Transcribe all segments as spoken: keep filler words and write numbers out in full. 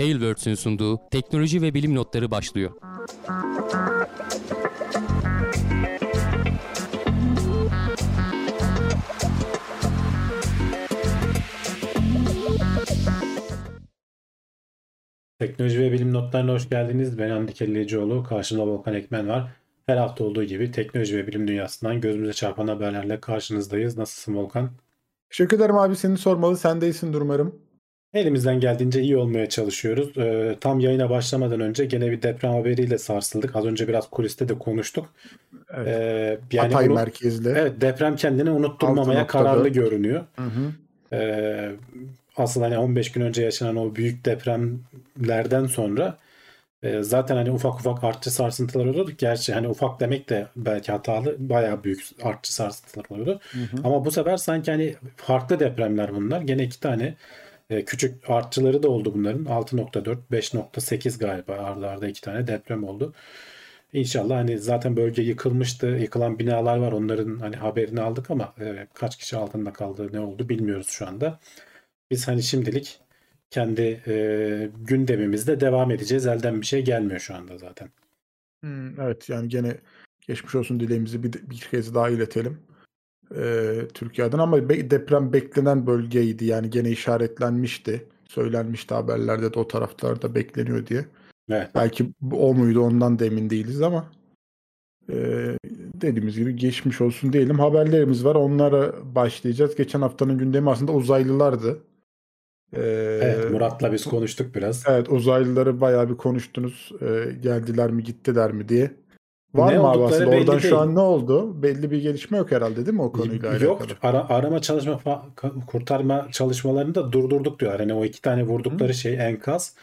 Tailwords'ün sunduğu teknoloji ve bilim notları başlıyor. Teknoloji ve bilim notlarına hoş geldiniz. Ben Hamdi Kellecioğlu. Karşımda Volkan Ekmen var. Her hafta olduğu gibi teknoloji ve bilim dünyasından gözümüze çarpan haberlerle karşınızdayız. Nasılsın Volkan? Teşekkür ederim abi, seni sormalı. Sen de iyisindir umarım. Elimizden geldiğince iyi olmaya çalışıyoruz. Ee, tam yayına başlamadan önce gene bir deprem haberiyle sarsıldık. Az önce biraz kuliste de konuştuk. Evet. Ee, yani Hatay onu, merkezli. Evet, deprem kendini unutturmamaya altı nokta dört kararlı görünüyor. Hı hı. Ee, asıl hani on beş gün önce yaşanan o büyük depremlerden sonra e, zaten hani ufak ufak artçı sarsıntılar oluyordu. Gerçi hani ufak demek de belki hatalı, bayağı büyük artçı sarsıntılar oluyordu. Hı hı. Ama bu sefer sanki hani farklı depremler bunlar. Gene iki tane e, küçük artçıları da oldu bunların. altı nokta dört, beş nokta sekiz galiba arda arda iki tane deprem oldu. İnşallah hani zaten bölge yıkılmıştı. Yıkılan binalar var. Onların hani haberini aldık ama e, kaç kişi altında kaldı, ne oldu bilmiyoruz şu anda. Biz hani şimdilik kendi e, gündemimizde devam edeceğiz. Elden bir şey gelmiyor şu anda zaten. Hmm, evet, yani gene geçmiş olsun dileğimizi bir, bir kez daha iletelim. Ee, Türkiye'den ama be- deprem beklenen bölgeydi. Yani gene işaretlenmişti. Söylenmişti haberlerde de o taraflarda bekleniyor diye. Evet. Belki o muydu, ondan da emin değiliz ama e, dediğimiz gibi geçmiş olsun diyelim. Haberlerimiz var. Onlara başlayacağız. Geçen haftanın gündemi aslında uzaylılardı. Ee, Evet, Murat'la biz konuştuk biraz. Evet, uzaylıları bayağı bir konuştunuz. Ee, geldiler mi gittiler mi diye. Var Ne mı abi oldukları aslında? belli Oradan şu değil. an ne oldu? Belli bir gelişme yok herhalde, değil mi o konuyla Yok, alakalı? ara, arama çalışma fa- kurtarma çalışmalarını da durdurduk diyor. Hani o iki tane vurdukları Hı? şey enkaz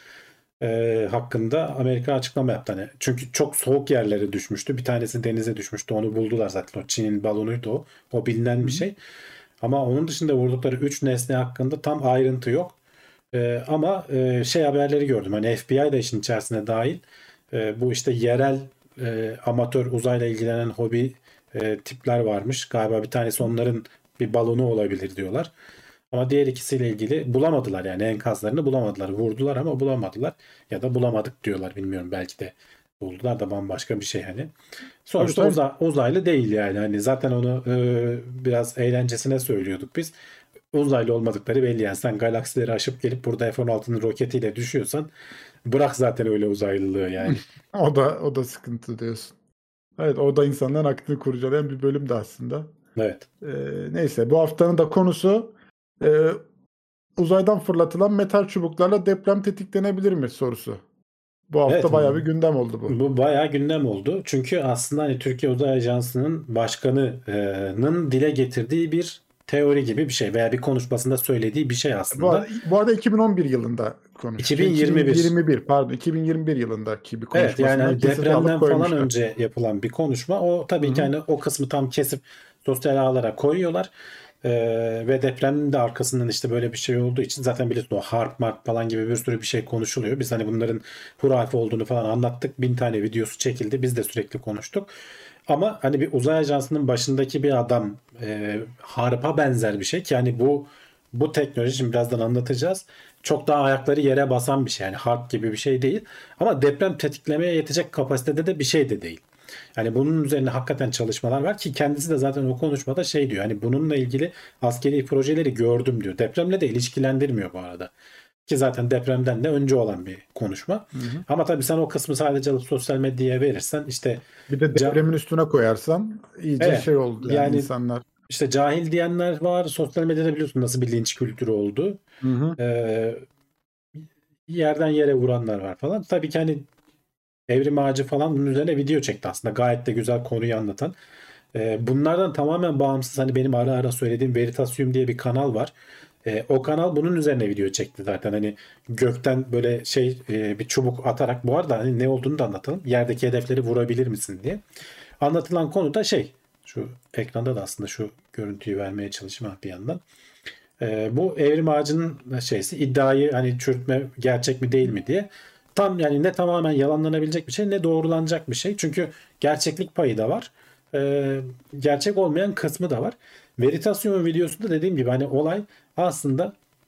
e, hakkında Amerika açıklama yaptı. Hani çünkü çok soğuk yerlere düşmüştü. Bir tanesi denize düşmüştü. Onu buldular zaten. O Çin'in balonuydu o. O bilinen bir Hı. şey. Ama onun dışında vurdukları üç nesne hakkında tam ayrıntı yok. E, ama e, şey haberleri gördüm. Hani F B I da işin içerisine dahil. E, bu işte yerel e, amatör uzayla ilgilenen hobi e, tipler varmış. Galiba bir tanesi onların bir balonu olabilir diyorlar. Ama diğer ikisiyle ilgili bulamadılar, yani enkazlarını bulamadılar. Vurdular ama bulamadılar. Ya da bulamadık diyorlar, bilmiyorum, belki de buldular da bambaşka bir şey hani. Tabii Sonuçta tabii. uza- uzaylı değil yani. Hani zaten onu e, biraz eğlencesine söylüyorduk biz. Uzaylı olmadıkları belli yani. Sen galaksileri aşıp gelip burada F on altının roketiyle düşüyorsan bırak zaten öyle uzaylılığı yani. O da o da sıkıntı diyorsun. Evet, o da insanların aklını kurcalayan bir bölüm de aslında. Evet. Ee, neyse, bu haftanın da konusu e, uzaydan fırlatılan metal çubuklarla deprem tetiklenebilir mi sorusu. Bu Evet, hafta bayağı bir gündem oldu bu. bu bayağı gündem oldu. Çünkü aslında hani Türkiye Uzay Ajansı'nın başkanının dile getirdiği bir teori gibi bir şey veya bir konuşmasında söylediği bir şey Bu, aslında. arada, bu arada iki bin on bir yılında konuşmuş. Şey, iki bin yirmi bir. iki bin yirmi bir pardon, iki bin yirmi bir yılındaki bir Evet, yani konuşmasından hani kesit alıp depremden falan koymuşlar. önce yapılan bir konuşma. O Hı tabii ki hı. hani o kısmı tam kesip sosyal ağlara koyuyorlar. Ee, ve depremin de arkasından işte böyle bir şey olduğu için zaten biliyorsun o harp marp falan gibi bir sürü bir şey konuşuluyor. Biz hani bunların hurafe olduğunu falan anlattık. Bin tane videosu çekildi. Biz de sürekli konuştuk. Ama hani bir uzay ajansının başındaki bir adam e, harpa benzer bir şey ki yani bu bu teknoloji, şimdi birazdan anlatacağız. Çok daha ayakları yere basan bir şey. Yani harp gibi bir şey değil. Ama deprem tetiklemeye yetecek kapasitede de bir şey de değil. Yani bunun üzerine hakikaten çalışmalar var ki kendisi de zaten o konuşmada şey diyor. Hani bununla ilgili askeri projeleri gördüm diyor. Depremle de ilişkilendirmiyor bu arada. Ki zaten depremden de önce olan bir konuşma. Hı hı. Ama tabii sen o kısmı sadece alıp sosyal medyaya verirsen işte Bir de ca- depremin üstüne koyarsan iyice evet, şey oldu yani yani insanlar. işte cahil diyenler var. Sosyal medyada biliyorsun nasıl bir linç kültürü oldu. Hı hı. Ee, yerden yere vuranlar var falan. Tabii ki hani Evrim Ağacı falan bunun üzerine video çekti aslında. Gayet de güzel konuyu anlatan. Ee, bunlardan tamamen bağımsız hani benim ara ara söylediğim Veritasium diye bir kanal var. Ee, o kanal bunun üzerine video çekti zaten. Hani gökten böyle şey e, bir çubuk atarak, bu arada hani ne olduğunu da anlatalım. Yerdeki hedefleri vurabilir misin diye. Anlatılan konu da şey, şu ekranda da aslında şu görüntüyü vermeye çalışayım bir yandan. Ee, bu Evrim Ağacı'nın şeysi, iddiayı hani çürütme gerçek mi değil mi diye. Tam yani ne tamamen yalanlanabilecek bir şey ne doğrulanacak bir şey. Çünkü gerçeklik payı da var. Ee, gerçek olmayan kısmı da var. Veritasium videosunda dediğim gibi hani olay aslında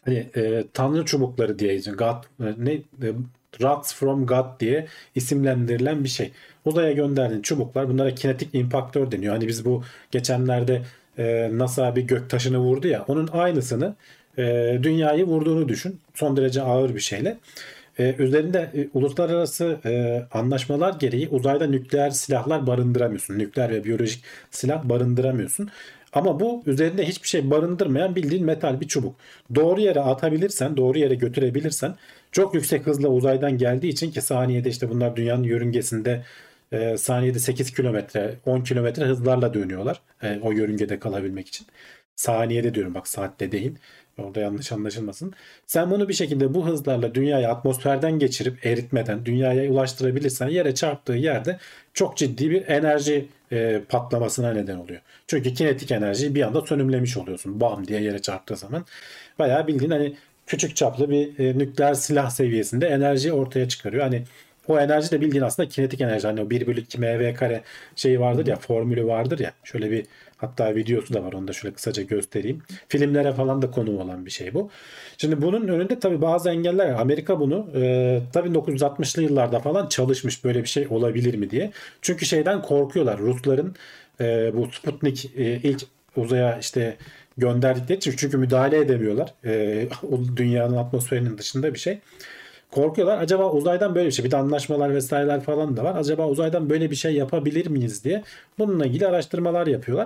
Hani e, Tanrı çubukları diye God, e, ne e, Rods from God diye isimlendirilen bir şey. Uzaya gönderdiğin çubuklar, bunlara kinetik impaktör deniyor. Hani biz bu geçenlerde e, NASA bir göktaşını vurdu ya, onun aynısını e, dünyayı vurduğunu düşün. Son derece ağır bir şeyle. E, üzerinde e, uluslararası e, anlaşmalar gereği uzayda nükleer silahlar barındıramıyorsun. Nükleer ve biyolojik silah barındıramıyorsun. Ama bu üzerinde hiçbir şey barındırmayan bildiğin metal bir çubuk. Doğru yere atabilirsen, doğru yere götürebilirsen, çok yüksek hızla uzaydan geldiği için, ki saniyede işte bunlar dünyanın yörüngesinde e, saniyede sekiz kilometre, on kilometre hızlarla dönüyorlar. E, o yörüngede kalabilmek için. Saniyede diyorum, bak saatte değil. Orada yanlış anlaşılmasın. Sen bunu bir şekilde bu hızlarla dünyaya atmosferden geçirip eritmeden dünyaya ulaştırabilirsen, yere çarptığı yerde çok ciddi bir enerji e, patlamasına neden oluyor. Çünkü kinetik enerjiyi bir anda sönümlemiş oluyorsun. Bam diye yere çarptığı zaman. Bayağı bildiğin hani küçük çaplı bir e, nükleer silah seviyesinde enerji ortaya çıkarıyor. Hani o enerji de bildiğin aslında kinetik enerji. Hani o bir bölü iki mv kare şeyi vardır ya, formülü vardır ya. Şöyle bir, hatta videosu da var, onu da şöyle kısaca göstereyim. Filmlere falan da konu olan bir şey bu. Şimdi bunun önünde tabii bazı engeller var. Amerika bunu e, tabii bin dokuz yüz altmışlı yıllarda falan çalışmış, böyle bir şey olabilir mi diye. Çünkü şeyden korkuyorlar. Rusların e, bu Sputnik e, ilk uzaya işte gönderdikleri için, çünkü müdahale edemiyorlar. E, o dünyanın atmosferinin dışında bir şey. Korkuyorlar. Acaba uzaydan böyle bir şey, bir de anlaşmalar vesaireler falan da var. Acaba uzaydan böyle bir şey yapabilir miyiz diye bununla ilgili araştırmalar yapıyorlar.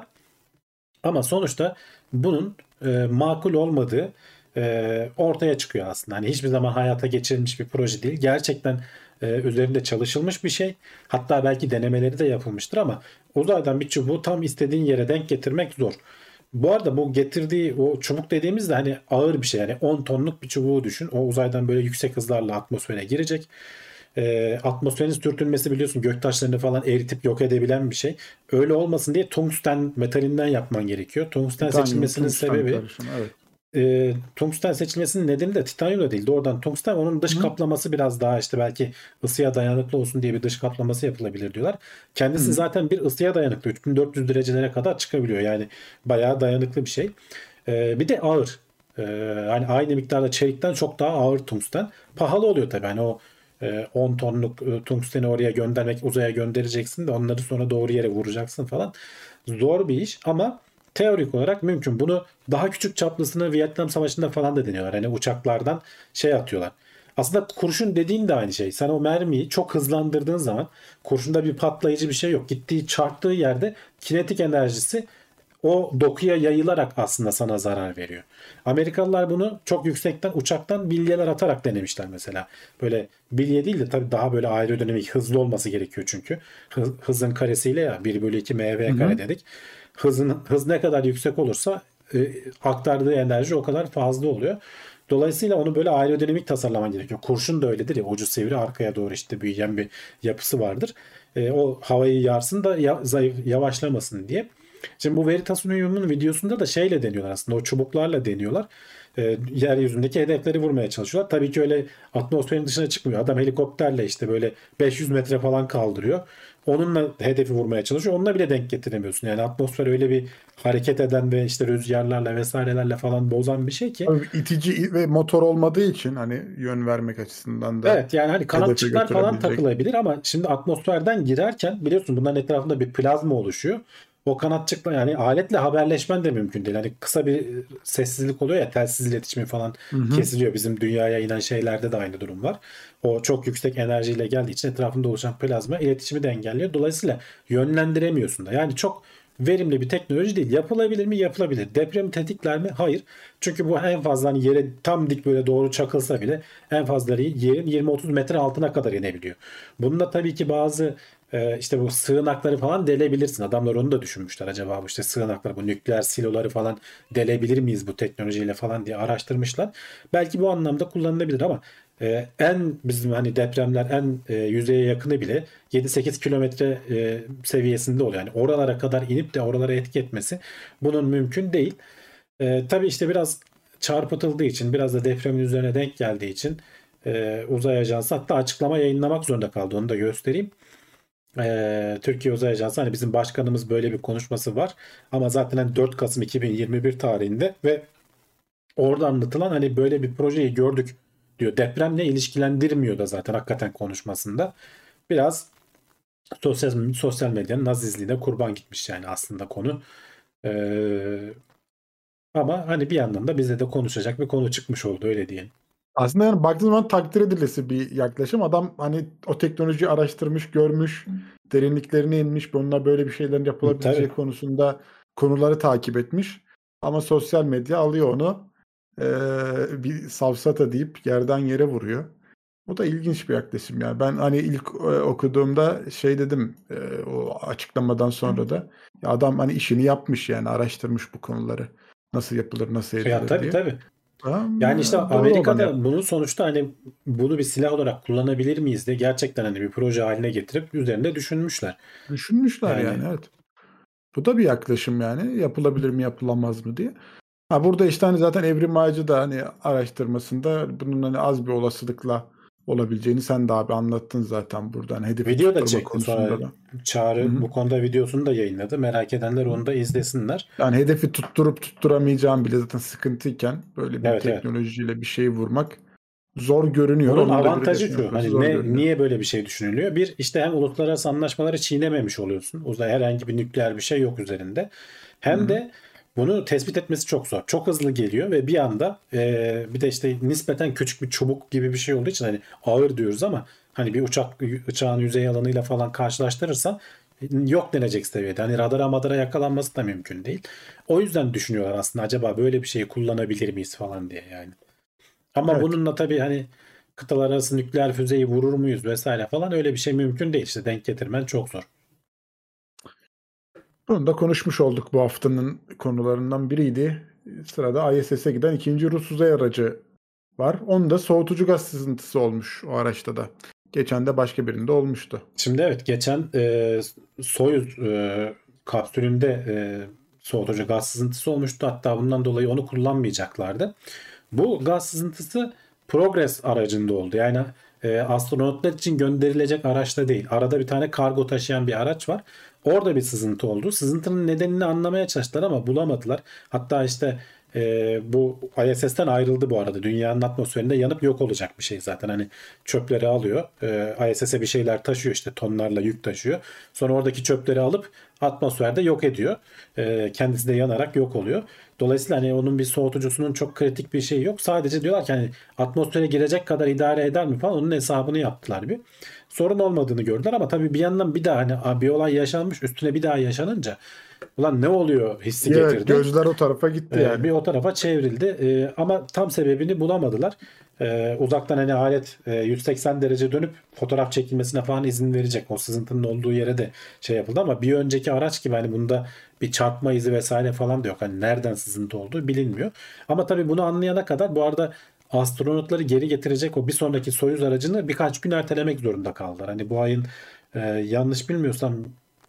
Ama sonuçta bunun e, makul olmadığı e, ortaya çıkıyor aslında. Hani hiçbir zaman hayata geçirilmiş bir proje değil. Gerçekten e, üzerinde çalışılmış bir şey. Hatta belki denemeleri de yapılmıştır ama uzaydan bir çubuğu tam istediğin yere denk getirmek zor. Bu arada bu getirdiği o çubuk dediğimiz de hani ağır bir şey. Yani on tonluk bir çubuğu düşün. O uzaydan böyle yüksek hızlarla atmosfere girecek. E, atmosferin sürtünmesi biliyorsun göktaşlarını falan eritip yok edebilen bir şey. Öyle olmasın diye tungsten metalinden yapman gerekiyor. Tungsten Titanyum, seçilmesinin tungsten sebebi karışımı. Evet. e, tungsten seçilmesinin nedeni de titanyum da değil. Doğrudan tungsten, onun dış Hı. kaplaması biraz daha işte belki ısıya dayanıklı olsun diye bir dış kaplaması yapılabilir diyorlar. Kendisi Hı. zaten bir ısıya dayanıklı. üç bin dört yüz derecelere kadar çıkabiliyor. Yani bayağı dayanıklı bir şey. E, bir de ağır. E, hani aynı miktarda çelikten çok daha ağır tungsten. Pahalı oluyor tabii. Hani o e, on tonluk e, tungsteni oraya göndermek, uzaya göndereceksin de onları sonra doğru yere vuracaksın falan. Zor bir iş ama teorik olarak mümkün. Bunu daha küçük çaplısını Vietnam Savaşı'nda falan da deniyorlar. Hani uçaklardan şey atıyorlar. Aslında kurşun dediğin de aynı şey. Sen o mermiyi çok hızlandırdığın zaman kurşunda bir patlayıcı bir şey yok. Gittiği çarptığı yerde kinetik enerjisi o dokuya yayılarak aslında sana zarar veriyor. Amerikalılar bunu çok yüksekten uçaktan bilyeler atarak denemişler mesela. Böyle bilye değil de tabii daha böyle aerodinamik hızlı olması gerekiyor çünkü. Hız, hızın karesiyle ya bir bölü iki Hı mv kare hı. dedik. Hızın, hız ne kadar yüksek olursa e, aktardığı enerji o kadar fazla oluyor. Dolayısıyla onu böyle aerodinamik tasarlaman gerekiyor. Kurşun da öyledir ya, ucu sivri arkaya doğru işte büyüyen bir yapısı vardır. E, o havayı yarsın da ya, zayıf, yavaşlamasın diye. Şimdi bu Veritas Unium'un videosunda da şeyle deniyorlar aslında, o çubuklarla deniyorlar. E, yeryüzündeki hedefleri vurmaya çalışıyorlar. Tabii ki öyle atmosferin dışına çıkmıyor. Adam helikopterle işte böyle beş yüz metre falan kaldırıyor. Onunla hedefi vurmaya çalışıyor. Onunla bile denk getiremiyorsun. Yani atmosfer öyle bir hareket eden ve işte rüzgarlarla vesairelerle falan bozan bir şey ki. Tabii itici ve motor olmadığı için hani yön vermek açısından da Evet, yani hani hedefe kanatçıklar falan götürebilecek. takılabilir ama şimdi atmosferden girerken biliyorsun bunların etrafında bir plazma oluşuyor. O kanatçıkla yani aletle haberleşmen de mümkün değil. Hani kısa bir sessizlik oluyor ya, telsiz iletişimi falan Hı hı. kesiliyor. Bizim dünyaya inen şeylerde de aynı durum var. O çok yüksek enerjiyle geldiği için etrafında oluşan plazma iletişimi de engelliyor. Dolayısıyla yönlendiremiyorsun da. Yani çok verimli bir teknoloji değil. Yapılabilir mi? Yapılabilir. Depremi tetikler mi? Hayır. Çünkü bu en fazla hani yere tam dik böyle doğru çakılsa bile en fazla yerin yirmi otuz metre altına kadar inebiliyor. Bunda tabii ki bazı e, işte bu sığınakları falan delebilirsin. Adamlar onu da düşünmüşler. Acaba bu işte sığınakları, bu nükleer siloları falan delebilir miyiz bu teknolojiyle falan diye araştırmışlar. Belki bu anlamda kullanılabilir ama e, en bizim hani depremler en e, yüzeye yakını bile yedi sekiz kilometre e, seviyesinde oluyor. Yani oralara kadar inip de oralara etki etmesi bunun mümkün değil. E, tabii işte biraz çarpıtıldığı için, biraz da depremin üzerine denk geldiği için e, uzay ajansı hatta açıklama yayınlamak zorunda kaldı. Onu da göstereyim. E, Türkiye Uzay Ajansı, hani bizim başkanımız böyle bir konuşması var. Ama zaten hani dört Kasım iki bin yirmi bir tarihinde ve orada anlatılan hani böyle bir projeyi gördük diyor. Depremle ilişkilendirmiyor da zaten hakikaten konuşmasında. Biraz sosyal, sosyal medyanın azizliğine kurban gitmiş yani aslında konu. Ee, ama hani bir yandan da bize de konuşacak bir konu çıkmış oldu, öyle diyelim. Aslında yani baktığın zaman takdir edilesi bir yaklaşım. Adam hani o teknolojiyi araştırmış, görmüş, derinliklerine inmiş, bununla böyle bir şeylerin yapılabileceği Tabii. konusunda konuları takip etmiş. Ama sosyal medya alıyor onu eee, bir safsata deyip yerden yere vuruyor. Bu da ilginç bir yaklaşım yani. Ben hani ilk e, okuduğumda şey dedim e, o açıklamadan sonra da ya adam hani işini yapmış yani araştırmış bu konuları. Nasıl yapılır, nasıl Ya edilir tabii diye. tabii. Yani işte Ama doğru olan Amerika'da yapmış. bunu sonuçta hani bunu bir silah olarak kullanabilir miyiz diye gerçekten hani bir proje haline getirip üzerinde düşünmüşler. Düşünmüşler Yani yani evet. Bu da bir yaklaşım yani. Yapılabilir mi yapılamaz mı diye. Ha burada işte hani zaten Evrim Ağacı da hani araştırmasında bunun hani az bir olasılıkla olabileceğini sen de abi anlattın zaten buradan. Hedefi video da tutturma çekti, sonra konusunda da. Hı Çağrı hı. bu konuda videosunu da yayınladı. Merak edenler onu da izlesinler. Yani hedefi tutturup tutturamayacağım bile zaten sıkıntıyken böyle bir Evet, evet. teknolojiyle bir şey vurmak zor görünüyor. Bunun Onun da bir avantajı hedef şu. yapması Hani zor ne görünüyor. niye böyle bir şey düşünülüyor? Bir, işte hem uluslararası anlaşmaları çiğnememiş oluyorsun. O da herhangi bir nükleer bir şey yok üzerinde. Hı Hem hı. de bunu tespit etmesi çok zor. Çok hızlı geliyor ve bir anda e, bir de işte nispeten küçük bir çubuk gibi bir şey olduğu için hani ağır diyoruz ama hani bir uçak uçağın yüzey alanıyla falan karşılaştırırsan yok denecek seviyede. Hani radara madara yakalanması da mümkün değil. O yüzden düşünüyorlar aslında, acaba böyle bir şeyi kullanabilir miyiz falan diye yani. Ama Evet. bununla tabii hani kıtalar arası nükleer füzeyi vurur muyuz vesaire falan, öyle bir şey mümkün değil. İşte denk getirmen çok zor. Bunu da konuşmuş olduk, bu haftanın konularından biriydi. Sırada I S S'e giden ikinci Rus uzay aracı var. Onun da soğutucu gaz sızıntısı olmuş o araçta da. Geçen de başka birinde olmuştu. Şimdi evet, geçen e, Soyuz e, kapsülünde e, soğutucu gaz sızıntısı olmuştu. Hatta bundan dolayı onu kullanmayacaklardı. Bu gaz sızıntısı Progress aracında oldu. Yani e, astronotlar için gönderilecek araçta değil. Arada bir tane kargo taşıyan bir araç var. Orada bir sızıntı oldu. Sızıntının nedenini anlamaya çalıştılar ama bulamadılar. Hatta işte e, bu I S S'ten ayrıldı bu arada. Dünyanın atmosferinde yanıp yok olacak bir şey zaten. Hani çöpleri alıyor. E, I S S'e bir şeyler taşıyor, işte tonlarla yük taşıyor. Sonra oradaki çöpleri alıp atmosferde yok ediyor. E, kendisi de yanarak yok oluyor. Dolayısıyla hani onun bir soğutucusunun çok kritik bir şeyi yok. Sadece diyorlar ki hani atmosfere girecek kadar idare eder mi falan, onun hesabını yaptılar bir. Sorun olmadığını gördüler ama tabii bir yandan bir daha hani bir olay yaşanmış, üstüne bir daha yaşanınca ulan ne oluyor hissi Evet, getirdi. gözler o tarafa gitti Ee, yani. bir o tarafa çevrildi. Ee, ama tam sebebini bulamadılar. Ee, uzaktan hani alet e, yüz seksen derece dönüp fotoğraf çekilmesine falan izin verecek. O sızıntının olduğu yere de şey yapıldı ama bir önceki araç gibi hani bunda bir çarpma izi vesaire falan da yok. Hani nereden sızıntı olduğu bilinmiyor. Ama tabii bunu anlayana kadar bu arada astronotları geri getirecek o bir sonraki Soyuz aracını birkaç gün ertelemek zorunda kaldılar. Hani bu ayın e, yanlış bilmiyorsam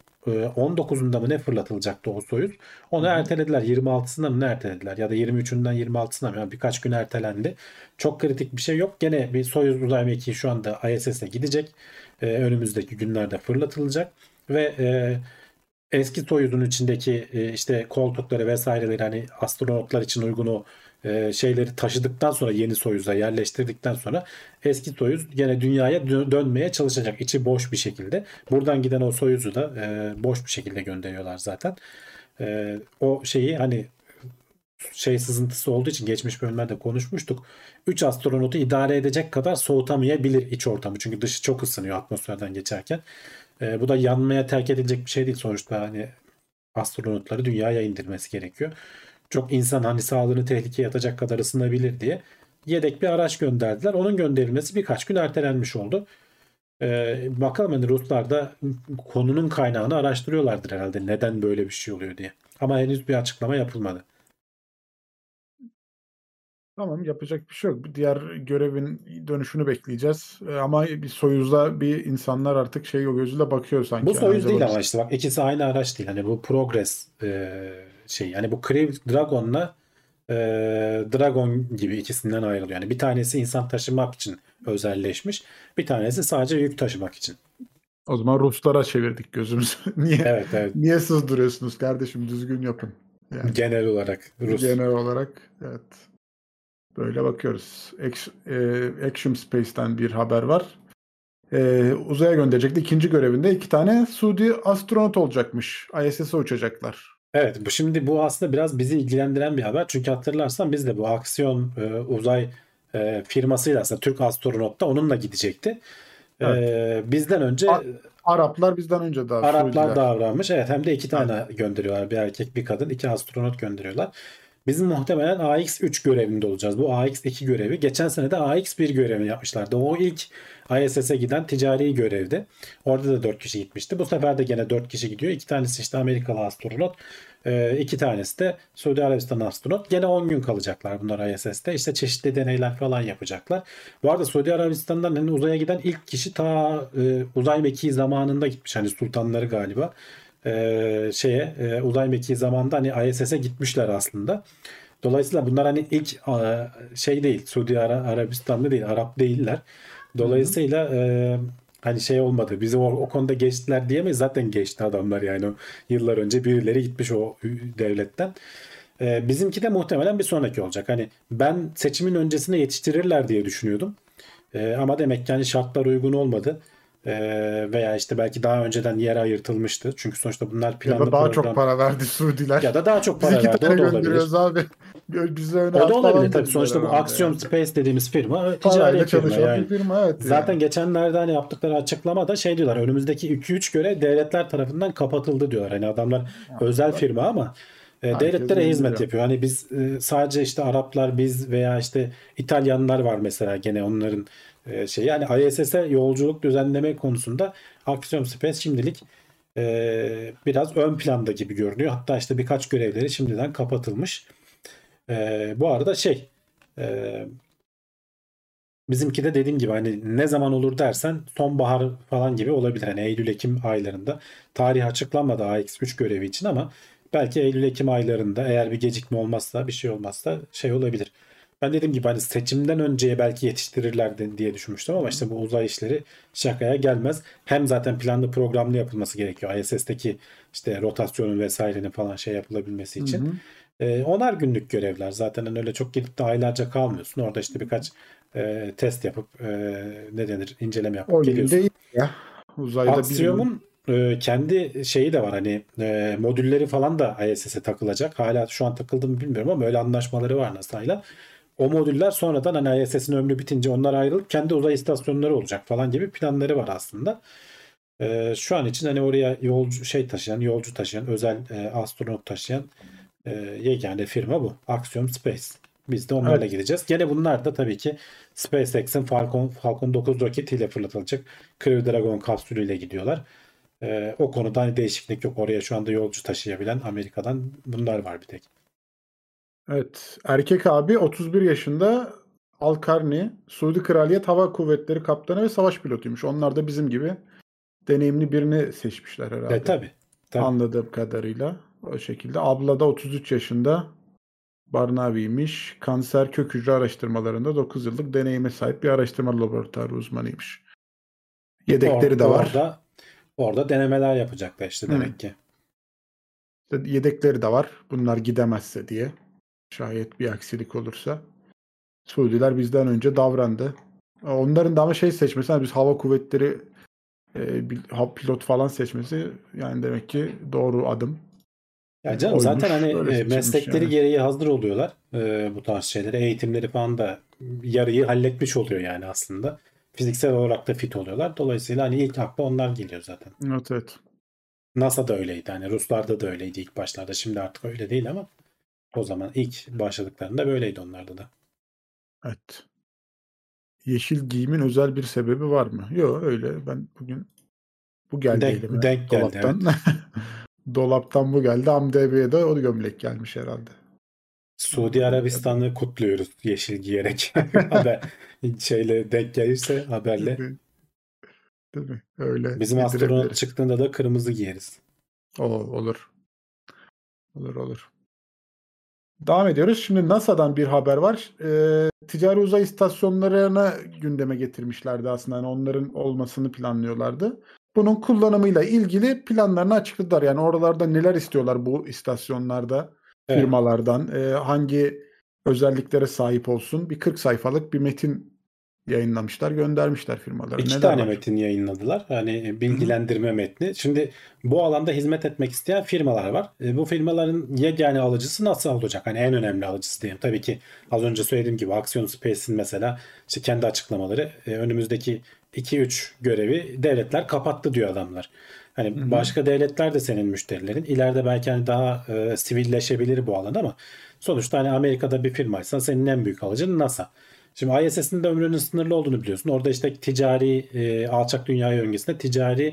on dokuzunda mı ne fırlatılacaktı o Soyuz. Hı Onu hı. ertelediler. yirmi altısında mı ne ertelediler? Ya da yirmi üçünden yirmi altısına mı? Yani birkaç gün ertelendi. Çok kritik bir şey yok. Gene bir Soyuz uzay mekiği şu anda I S S'e gidecek. Ee, önümüzdeki günlerde fırlatılacak. Ve e, eski Soyuz'un içindeki e, işte koltukları vesaireleri hani astronotlar için uygun o e, şeyleri taşıdıktan sonra yeni Soyuz'a yerleştirdikten sonra eski Soyuz gene dünyaya dö- dönmeye çalışacak. İçi boş bir şekilde. Buradan giden o Soyuz'u da e, boş bir şekilde gönderiyorlar zaten. E, o şeyi hani şey sızıntısı olduğu için geçmiş bölümlerde konuşmuştuk. üç astronotu idare edecek kadar soğutamayabilir iç ortamı. Çünkü dışı çok ısınıyor atmosferden geçerken. E, bu da yanmaya terk edilecek bir şey değil. Sonuçta hani astronotları dünyaya indirmesi gerekiyor. Çok insan hani sağlığını tehlikeye atacak kadar ısınabilir diye yedek bir araç gönderdiler. Onun gönderilmesi birkaç gün ertelenmiş oldu. Ee, bakalım hani Ruslar da konunun kaynağını araştırıyorlardır herhalde, neden böyle bir şey oluyor diye. Ama henüz bir açıklama yapılmadı. Tamam, yapacak bir şey yok. Bir diğer görevin dönüşünü bekleyeceğiz. E, ama bir Soyuz'da bir insanlar artık şey o gözüyle bakıyor Bu sanki. Yani Soyuz acaba değil biz ama işte bak, ikisi aynı araç değil. Hani bu Progress e, şey, yani bu Crew Dragon'la e, Dragon gibi ikisinden ayrılıyor. Yani bir tanesi insan taşımak için özelleşmiş. Bir tanesi sadece yük taşımak için. o zaman Ruslara çevirdik gözümüzü. Niye Evet, evet. niye sızdırıyorsunuz kardeşim? Düzgün yapın. Yani Genel olarak Rus. genel olarak evet. Böyle bakıyoruz. Action, e, Action Space'ten bir haber var. E, uzaya gönderecekti. İkinci görevinde iki tane Suudi astronot olacakmış. I S S'e uçacaklar. Evet, bu şimdi bu aslında biraz bizi ilgilendiren bir haber. Çünkü hatırlarsan biz de bu Aksiyon e, uzay e, firmasıyla aslında Türk astronot da onunla gidecekti. E, Evet. bizden önce A- Araplar bizden önce daha Araplar Suudiler. davranmış. Evet, hem de iki tane gönderiyorlar. Bir erkek bir kadın. iki astronot gönderiyorlar. Bizim muhtemelen A X üç görevinde olacağız. Bu A X iki görevi. Geçen sene de A X bir görevini yapmışlardı. O ilk I S S'e giden ticari görevdi. Orada da dört kişi gitmişti. Bu sefer de gene dört kişi gidiyor. İki tanesi işte Amerikalı astronot. e, iki tanesi de Suudi Arabistan astronot. Gene on gün kalacaklar bunlar I S S'te. İşte çeşitli deneyler falan yapacaklar. Bu arada Suudi Arabistan'dan hani uzaya giden ilk kişi ta e, uzay mekiği zamanında gitmiş. Hani sultanları galiba e, şeye e, uzay mekiği zamanında hani I S S'e gitmişler aslında. Dolayısıyla bunlar hani ilk e, şey değil, Suudi Ara- Arabistan'da değil, Arap değiller. Dolayısıyla e, hani şey olmadı. Bizi o, o konuda geçtiler diyemeyiz. Zaten geçti adamlar yani. O yıllar önce birileri gitmiş o devletten. E, bizimki de muhtemelen bir sonraki olacak. Hani ben seçimin öncesinde yetiştirirler diye düşünüyordum. E, ama demek ki hani şartlar uygun olmadı. E, veya işte belki daha önceden yer ayırtılmıştı. Çünkü sonuçta bunlar Ya planlı da daha program çok para verdi Suudiler. ya da daha çok Biz para iki verdi. tane O da olabilir. gönderiyoruz abi. Bize öne O da at olabilir falan tabii. dediler Sonuçta bu herhalde Axiom yani. Space dediğimiz firma ticari Parayla firma çalışan yani. bir firma, evet. Zaten yani. geçenlerde hani yaptıkları açıklamada şey diyorlar. Önümüzdeki iki üç görev devletler tarafından kapatıldı diyorlar. Hani adamlar özel Yaptılar. firma ama e, Herkes devletlere hizmet gönderiyor. yapıyor. Hani biz e, sadece işte Araplar biz veya işte İtalyanlar var mesela gene onların e, şey yani I S S'e yolculuk düzenleme konusunda Axiom Space şimdilik e, biraz ön planda gibi görünüyor. Hatta işte birkaç görevleri şimdiden kapatılmış. E, bu arada şey e, bizimki de dediğim gibi hani ne zaman olur dersen sonbahar falan gibi olabilir. Hani Eylül-Ekim aylarında. Tarih açıklanmadı A X üç görevi için ama belki Eylül-Ekim aylarında eğer bir gecikme olmazsa bir şey olmazsa şey olabilir. Ben dediğim gibi hani seçimden önceye belki yetiştirirler de- diye düşünmüştüm ama işte bu uzay işleri şakaya gelmez. Hem zaten planlı programlı yapılması gerekiyor. I S S'teki işte rotasyonun vesairenin falan şey yapılabilmesi Hı için. hı. Ee, onar günlük görevler zaten hani öyle çok gidip de aylarca kalmıyorsun. Orada işte birkaç e, test yapıp e, ne denir inceleme yapıp on günde geliyorsun. iyi ya. Uzayda bir gün. Aksiyonun e, kendi şeyi de var hani e, modülleri falan da I S S'e takılacak. Hala şu an takıldı mı bilmiyorum ama öyle anlaşmaları var NASA'yla. O modüller sonradan hani I S S'in ömrü bitince onlar ayrılıp kendi uzay istasyonları olacak falan gibi planları var aslında. E, şu an için hani oraya yolcu şey taşıyan, yolcu taşıyan, özel e, astronot taşıyan e, yegane firma bu. Axiom Space. Biz de onlarla Evet. gideceğiz. Gene bunlar da tabii ki SpaceX'in Falcon, Falcon dokuz roketiyle fırlatılacak Crew Dragon kapsülüyle gidiyorlar. E, o konuda hani değişiklik yok. Oraya şu anda yolcu taşıyabilen Amerika'dan bunlar var bir tek. Evet. Erkek abi otuz bir yaşında, Al-Karni, Suudi Kraliyet Hava Kuvvetleri Kaptanı ve savaş pilotuymuş. Onlar da bizim gibi deneyimli birini seçmişler E, herhalde. tabii. Tabii. Anladığım kadarıyla o şekilde. Abla da otuz üç yaşında, Barnavi'ymiş. Kanser kök hücre araştırmalarında dokuz yıllık deneyime sahip bir araştırma laboratuvarı uzmanıymış. Yedekleri Or- de var. orada orada denemeler yapacaklar işte Hı. demek ki. İşte yedekleri de var. Bunlar gidemezse diye. Şayet bir aksilik olursa. Suudiler bizden önce davrandı. Onların da ama şey seçmesi, hani biz hava kuvvetleri e, bir ha- pilot falan seçmesi, yani demek ki doğru adım. Ya E, canım zaten hani oymuş. Öyle e, seçilmiş meslekleri yani. gereği hazır oluyorlar e, bu tarz şeylere. Eğitimleri falan da yarıyı halletmiş oluyor yani aslında. Fiziksel olarak da fit oluyorlar. Dolayısıyla hani ilk akla onlar geliyor zaten. Evet, evet. NASA'da öyleydi. Hani Ruslarda da öyleydi ilk başlarda. Şimdi artık öyle değil ama o zaman ilk başladıklarında böyleydi onlarda da. Evet. Yeşil giyimin özel bir sebebi var mı? Yok, öyle. Ben bugün bu geldi Denk, elime denk geldi evet. dolaptan. Dolaptan bu geldi. IMDb'ye de o gömlek gelmiş herhalde. Suudi Anladım. Arabistan'ı kutluyoruz yeşil giyerek. Haber şeyle denk gelirse haberle. Değil mi? Değil mi? Öyle Bizim astronot yedirebiliriz. çıktığında da kırmızı giyeriz. O olur. Olur, olur. Devam ediyoruz. Şimdi NASA'dan bir haber var. Ee, ticari uzay istasyonlarına gündeme getirmişlerdi aslında. Yani onların olmasını planlıyorlardı. Bunun kullanımıyla ilgili planlarını açıkladılar. Yani oralarda neler istiyorlar bu istasyonlarda Evet. firmalardan, e, hangi özelliklere sahip olsun. Bir kırk sayfalık bir metin yayınlamışlar, göndermişler firmalara. İki Neler tane var? metin yayınladılar. Hani bilgilendirme metni. Şimdi bu alanda hizmet etmek isteyen firmalar var. E, bu firmaların yegane alıcısı nasıl olacak? Hani en önemli alıcısı diyeyim. Tabii ki az önce söylediğim gibi Axiom Space'in mesela işte kendi açıklamaları e, önümüzdeki iki üç görevi devletler kapattı diyor adamlar. Hani Hı hı. başka devletler de senin müşterilerin. İleride belki hani daha e, sivilleşebilir bu alan ama sonuçta hani Amerika'da bir firmaysan senin en büyük alıcın NASA. Şimdi I S S'in de ömrünün sınırlı olduğunu biliyorsun. Orada işte ticari e, alçak dünya yörüngesinde ticari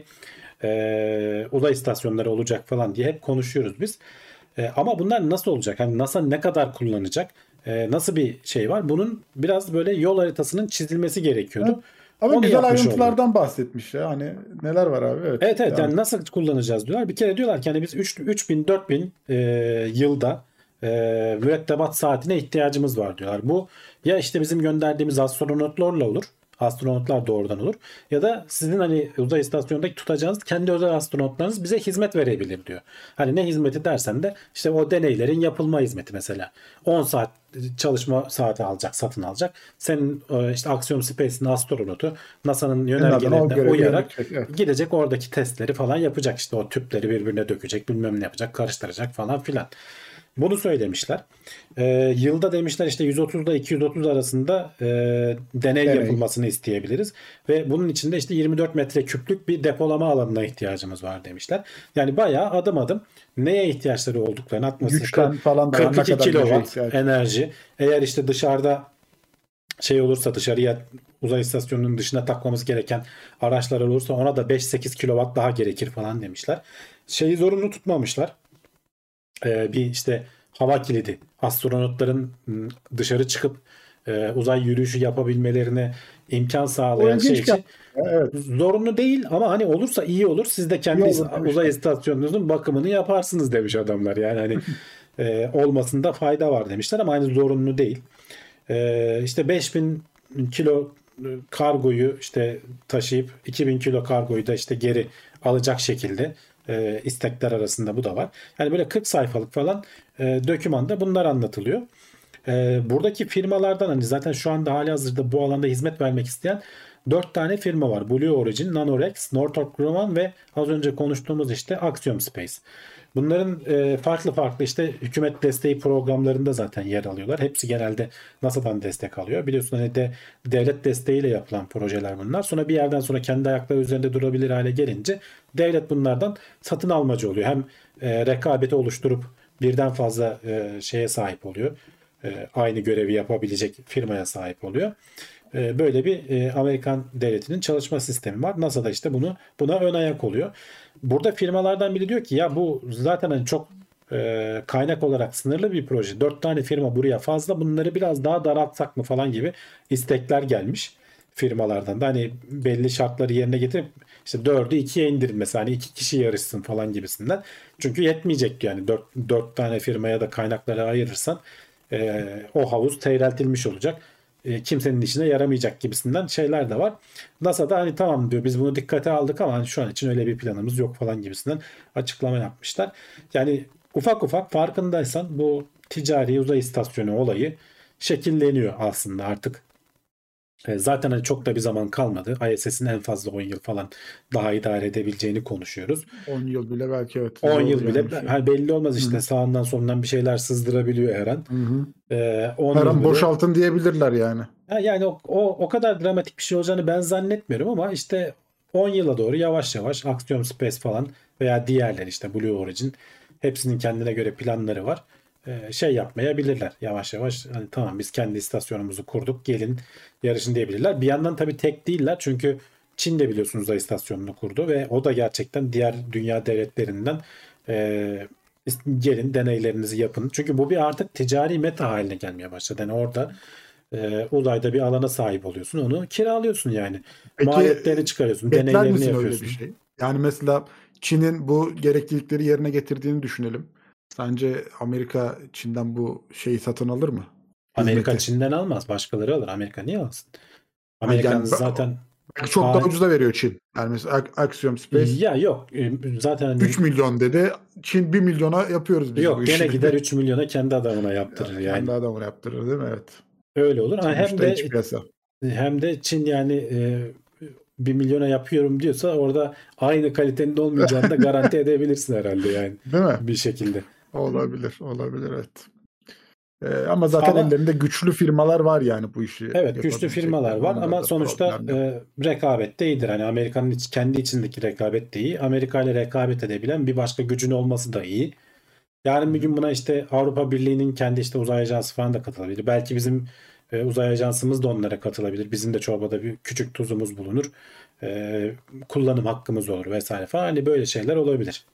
e, uzay istasyonları olacak falan diye hep konuşuyoruz biz. E, ama bunlar nasıl olacak? Hani NASA ne kadar kullanacak? E, nasıl bir şey var? Bunun biraz böyle yol haritasının çizilmesi gerekiyordu. Evet. Ama Onu güzel yapmış oldu. ayrıntılardan bahsetmiş ya. Hani neler var abi? Evet. Evet evet Devam yani et. nasıl kullanacağız diyorlar. Bir kere diyorlar ki hani biz üç, üç bin dört bin e, yılda e, mürettebat saatine ihtiyacımız var diyorlar. Bu ya işte bizim gönderdiğimiz astronotlarla olur. Astronotlar doğrudan olur. Ya da sizin hani uzay istasyonundaki tutacağınız kendi özel astronotlarınız bize hizmet verebilir diyor. Hani ne hizmeti dersen de işte o deneylerin yapılma hizmeti mesela. on saat çalışma saati alacak, satın alacak. Senin e, işte Axiom Space'in astronotu NASA'nın Senin adına o yönergelerine görevi uyarak yönetecek. Evet. gidecek oradaki testleri falan yapacak. İşte o tüpleri birbirine dökecek, bilmem ne yapacak, karıştıracak falan filan. Bunu söylemişler. Ee, yılda demişler işte yüz otuz ile iki yüz otuz arasında e, deney, Deney. yapılmasını isteyebiliriz. Ve bunun içinde işte yirmi dört metre küplük bir depolama alanına ihtiyacımız var demişler. Yani bayağı adım adım neye ihtiyaçları olduklarını atmosfer Güçten falan da var. Ne kırk iki kadar güce kilowatt ihtiyaç. enerji. Eğer işte dışarıda şey olursa dışarıya uzay istasyonunun dışına takmamız gereken araçlar olursa ona da beş sekiz kilowatt daha gerekir falan demişler. Şeyi zorunlu tutmamışlar. Ee, bir işte hava kilidi astronotların ım, dışarı çıkıp e, uzay yürüyüşü yapabilmelerine imkan O sağlayan şey ilginç geldi. için Evet. zorunlu değil ama hani olursa iyi olur. Siz de kendi İyi olur demişler. uzay istasyonunuzun bakımını yaparsınız demiş adamlar. Yani hani e, olmasında fayda var demişler ama hani zorunlu değil. E, işte beş bin kilo kargoyu işte taşıyıp iki bin kilo kargoyu da işte geri alacak şekilde e, istekler arasında bu da var. Yani böyle kırk sayfalık falan e, dokümanda bunlar anlatılıyor. E, buradaki firmalardan hani zaten şu anda halihazırda bu alanda hizmet vermek isteyen dört tane firma var. Blue Origin, Nanorex, Northrop Grumman ve az önce konuştuğumuz işte Axiom Space. Bunların e, farklı farklı işte hükümet desteği programlarında zaten yer alıyorlar. Hepsi genelde NASA'dan destek alıyor. Biliyorsun hani de devlet desteğiyle yapılan projeler bunlar. Sonra bir yerden sonra kendi ayakları üzerinde durabilir hale gelince devlet bunlardan satın almacı oluyor. Hem e, rekabeti oluşturup birden fazla e, şeye sahip oluyor. E, aynı görevi yapabilecek firmaya sahip oluyor. E, böyle bir e, Amerikan devletinin çalışma sistemi var. NASA da işte bunu buna ön ayak oluyor. Burada firmalardan biri diyor ki ya bu zaten hani çok e, kaynak olarak sınırlı bir proje. Dört tane firma buraya fazla. Bunları biraz daha daraltsak mı falan gibi istekler gelmiş firmalardan da hani belli şartları yerine getirip işte dördü ikiye indirin mesela hani iki kişi yarışsın falan gibisinden. Çünkü yetmeyecek yani dört, dört tane firmaya da kaynakları ayırırsan e, o havuz seyreltilmiş olacak. E, kimsenin işine yaramayacak gibisinden şeyler de var. NASA da hani tamam diyor biz bunu dikkate aldık ama hani şu an için öyle bir planımız yok falan gibisinden açıklama yapmışlar. Yani ufak ufak farkındaysan bu ticari uzay istasyonu olayı şekilleniyor aslında artık. E, Zaten hani çok da bir zaman kalmadı. I S S'in en fazla on yıl falan daha idare edebileceğini konuşuyoruz. on yıl bile belki evet. on Zor yıl bile yani şey. hani belli olmaz Hı işte hı. sağından solundan bir şeyler sızdırabiliyor her an. Hı hı. E, on Her yıl an bile boşaltın diyebilirler yani. ha, yani o, o, o kadar dramatik bir şey olacağını ben zannetmiyorum ama işte on yıla doğru yavaş yavaş Axiom Space falan veya diğerleri işte Blue Origin hepsinin kendine göre planları var. Ee, şey yapmayabilirler yavaş yavaş hani tamam biz kendi istasyonumuzu kurduk gelin yarışın diyebilirler. Bir yandan tabii tek değiller çünkü Çin de biliyorsunuz uzay istasyonunu kurdu ve o da gerçekten diğer dünya devletlerinden e, gelin deneylerinizi yapın. Çünkü bu bir artık ticari meta haline gelmeye başladı. Yani orada e, uzayda bir alana sahip oluyorsun. Onu kiralıyorsun yani. Peki Maliyetlerini çıkarıyorsun. bekler Deneylerini misin öyle bir yapıyorsun. şey? Yani mesela Çin'in bu gereklilikleri yerine getirdiğini düşünelim. Sence Amerika Çin'den bu şeyi satın alır mı? Amerika Hizmeti. Çin'den almaz. Başkaları alır. Amerika niye alsın? Ha, Amerika'nın yani zaten Belki çok Ha- daha ucuza veriyor Çin. Yani mesela Ak- Axiom Space Ya yok e, zaten hani üç milyon dedi. Çin bir milyona yapıyoruz biz bu yok gene işi. gider üç milyona kendi adamına yaptırır Ya, yani. kendi adamını yaptırır değil mi? Evet. Öyle olur. Ha, hem Sonuçta iç de piyasa. hem de Çin yani e, bir milyona yapıyorum diyorsa orada aynı kalitenin olmayacağını da garanti edebilirsin herhalde yani Değil mi? bir şekilde. Olabilir. Olabilir evet. Ee, ama zaten Ama ellerinde güçlü firmalar var yani bu işi evet güçlü yapabilecekler. firmalar var ama Onlarda sonuçta problem yok. e, rekabet de iyidir. Hani Amerika'nın iç- kendi içindeki rekabet de iyi. Amerika ile rekabet edebilen bir başka gücün olması da iyi. Yarın bir gün buna işte Avrupa Birliği'nin kendi işte uzay ajansı falan da katılabilir. Belki bizim e, uzay ajansımız da onlara katılabilir. Bizim de çorbada bir küçük tuzumuz bulunur. E, kullanım hakkımız olur vesaire falan. Hani böyle şeyler olabilir.